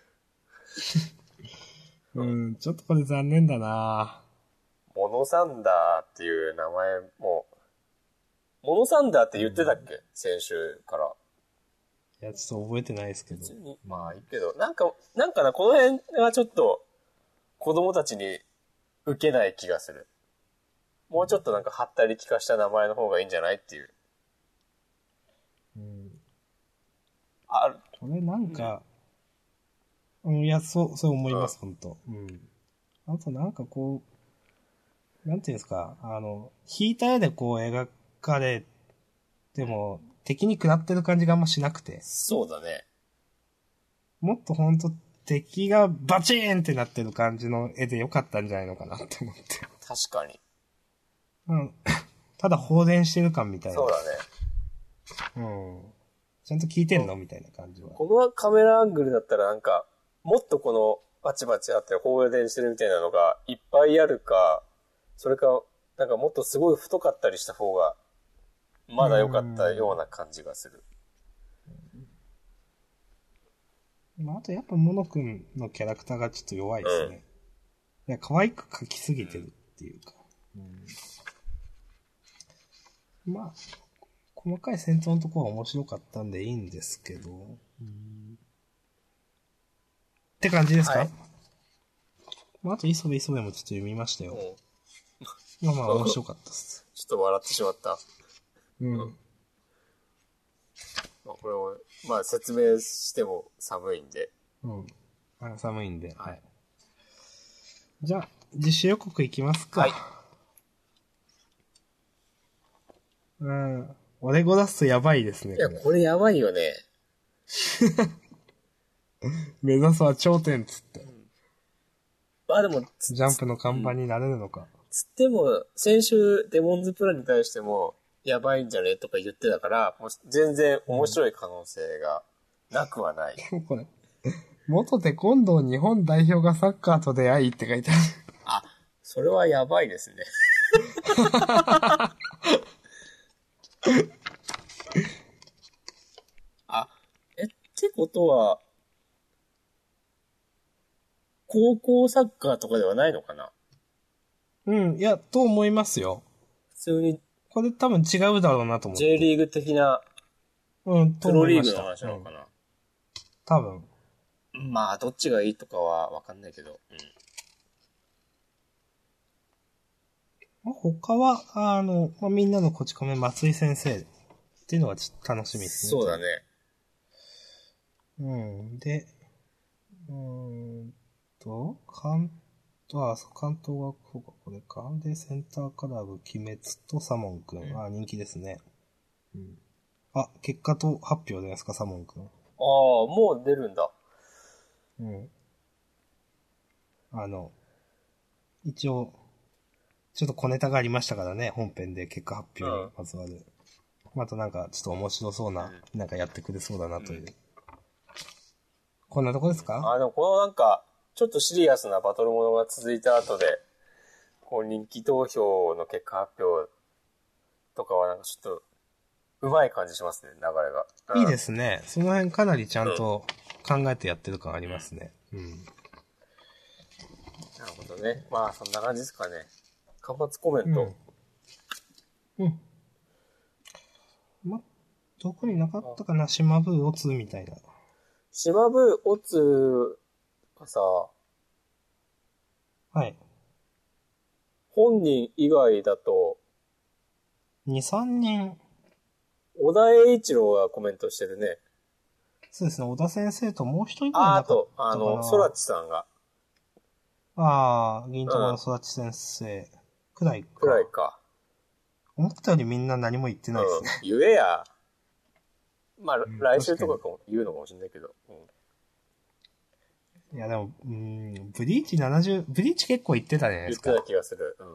ちょっとこれ残念だな。 モノサンダーっていう名前も、 モノサンダーって言ってたっけ、先週から。 いや、ちょっと覚えてないですけど。 まあいいけど、なんかな、この辺がちょっと子供たちに受けない気がする。もうちょっとなんかはったり聞かした名前の方がいいんじゃないっていう。ある。 これなんか、いや、そう思います、ほんと。あとなんかこう、なんていうんですか、引いた絵でこう描かれても、敵に食らってる感じがあんましなくて。 そうだね。 もっとほんと敵がバチーンってなってる感じの絵でよかったんじゃないのかなって思って。 確かに。 ただ放電してる感みたいな。 そうだね。ちゃんと聞いてんのみたいな感じは。 このカメラアングルだったらなんか、もっとこのバチバチあって放電してるみたいなのがいっぱいあるか、それか、なんかもっとすごい太かったりした方が、まだ良かったような感じがする。 あとやっぱモノくんのキャラクターがちょっと弱いですね。いや、可愛く描きすぎてるっていうか。まあ、細かい戦闘のところは面白かったんでいいんですけど。って感じですか？はい、あと、磯部もちょっと読みましたよ。まあ面白かったです。 ちょっと笑ってしまった。まあこれを、まあ説明しても寒いんで。 寒いんで。はい。じゃあ、実習予告いきますか。はい。オレゴダストやばいですね。 いや、これやばいよね。 目指すは頂点つって。 まあでも、 ジャンプの看板になれるのか。 つっても、先週デモンズプランに対しても、やばいんじゃねとか言ってたから、もう全然面白い可能性がなくはない。 これ、元テコンドー日本代表がサッカーと出会いって書いてある。 あ、それはやばいですね。ってことは、高校サッカーとかではないのかな？ いや、と思いますよ。 普通に。 これ多分違うだろうなと思って。 J リーグ的な、プロリーグの話なのかな？ 多分。 まあ、どっちがいいとかはわかんないけど。 他は、みんなのこち亀松井先生っていうのがちょっと楽しみですね。 そうだね。 で、関東はこうか、これか。で、センターカラー部、鬼滅とサモンくん。人気ですね。結果と発表じゃないですか、サモンくん。 もう出るんだ。 一応、ちょっと小ネタがありましたからね、本編で結果発表にまつわる。またなんか、ちょっと面白そうな、なんかやってくれそうだなという。こんなとこですか？ でもこのなんか、ちょっとシリアスなバトルものが続いた後で、こう人気投票の結果発表とかはなんかちょっと、うまい感じしますね、流れが。 いいですね。その辺かなりちゃんと考えてやってる感ありますね。なるほどね。まあ、そんな感じですかね。活発コメント。 特になかったかな、島ブーオツみたいな。 島ブーオツがさ、 はい。 本人以外だと、 2、3人。 小田栄一郎がコメントしてるね。 そうですね、小田先生ともう一人ぐらいなかったかな。 あと、ソラチさんが。 銀玉のソラチ先生。くらいか。 思ったよりみんな何も言ってないですね。 言えや。まあ、来週とか言うのかもしれないけど。 いやでも、ブリーチ結構言ってたじゃないですか。 言ってた気がする。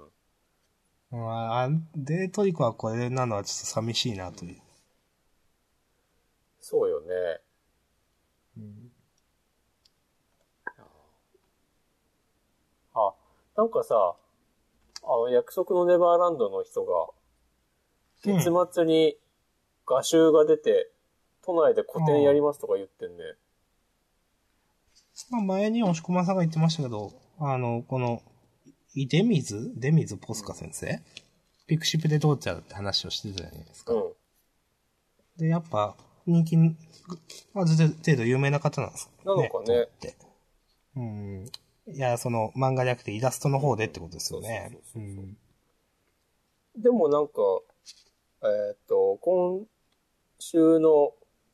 で、トリコはこれなのはちょっと寂しいなという。 そうよね。なんかさ、約束のネバーランドの人が、月末に画集が出て、都内で個展やりますとか言ってんね。 前に押し込まさんが言ってましたけど、この、出水ポスカ先生ピクシブでどうちゃうって話をしてたじゃないですか。 うん。 で、やっぱ、人気、ある程度有名な方なんですなのかね。 うん。いや、その、漫画じゃなくてイラストの方でってことですよね。 でもなんか、今週の、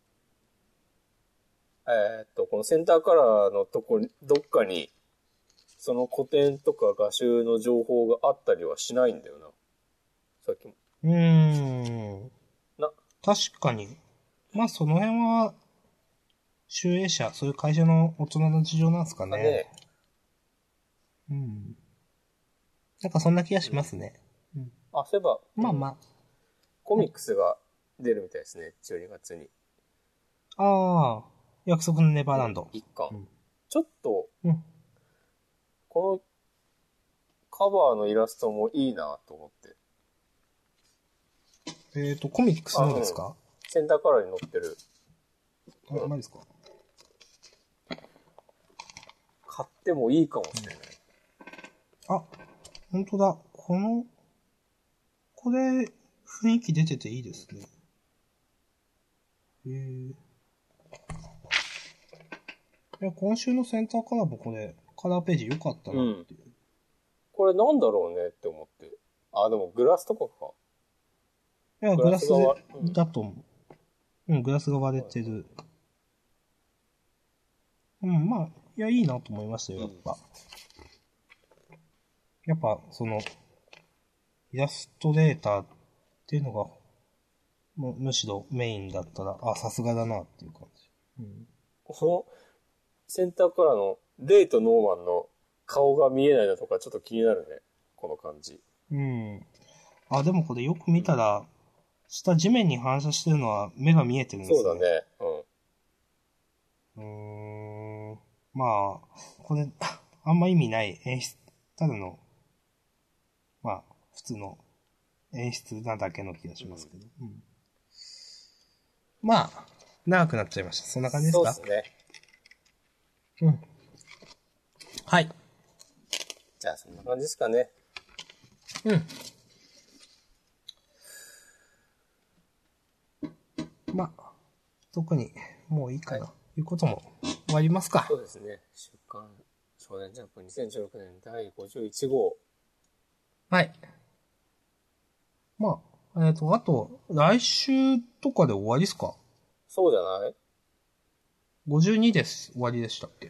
このセンターカラーのとこに、どっかに、その古典とか画集の情報があったりはしないんだよな。さっきも。 確かに。まあ、その辺は、集英社、そういう会社の大人の事情なんですかね。うん。なんかそんな気がしますね。 うん、あ、そういえば、 まあまあ。 コミックスが出るみたいですね、12月に。 ああ、約束のネバーランド。 一巻。ちょっと、 うん、 このカバーのイラストもいいなと思って。 コミックスのですか？ センターカラーに載ってる。 あ、マジですか？ 買ってもいいかもしれない。 あ、本当だ。これ、雰囲気出てていいですね。いや、今週のセンターカラーもこれ、カラーページ良かったなっていう。 これなんだろうねって思って。あ、でもグラスとかか。 いや、グラスだと思う。グラスが割れてる。まあ、いや、いいなと思いましたよ、やっぱ。やっぱ、その、イラストレーターっていうのが、むしろメインだったら、さすがだなっていう感じ。 この、センターカラーのレイとノーマンの顔が見えないのとかちょっと気になるね。この感じ。 でもこれよく見たら、下地面に反射してるのは目が見えてるんですね。 そうだね。 まあ、これ、あんま意味ない演出、ただの、まあ、普通の演出なだけの気がしますけど。まあ、長くなっちゃいました。そんな感じですか？ そうですね。 はい。 じゃあ、そんな感じですかね。 まあ、特に、もういいかな。いうことも終わりますか。 そうですね。週刊少年ジャンプ2016年第51号。 はい。まあ、あと、来週とかで終わりですか？ そうじゃない？ 52 です。終わりでしたっけ？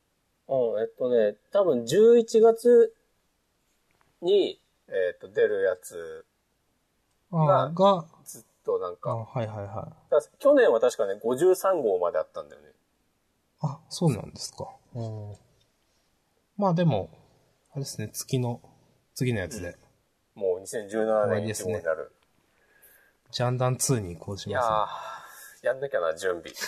多分11月に、出るやつが、ずっとなんか、 はいはいはい。 去年は確かね、53号まであったんだよね。 あ、そうなんですか。まあでも、あれですね、次のやつで。 もう2017年以降になる。 ジャンダン2に移行しますね。 いや、やんなきゃな、準備。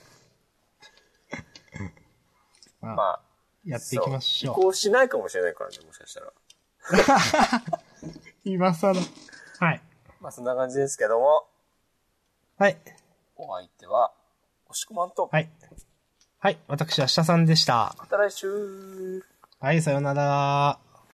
まあ、 やっていきましょう。 移行しないかもしれないからね、もしかしたら。 今更。はい。 まあそんな感じですけども。 はい。 お相手は、おしくまんと。 はい。はい、私は下さんでした。 また来週。 はい、さようなら。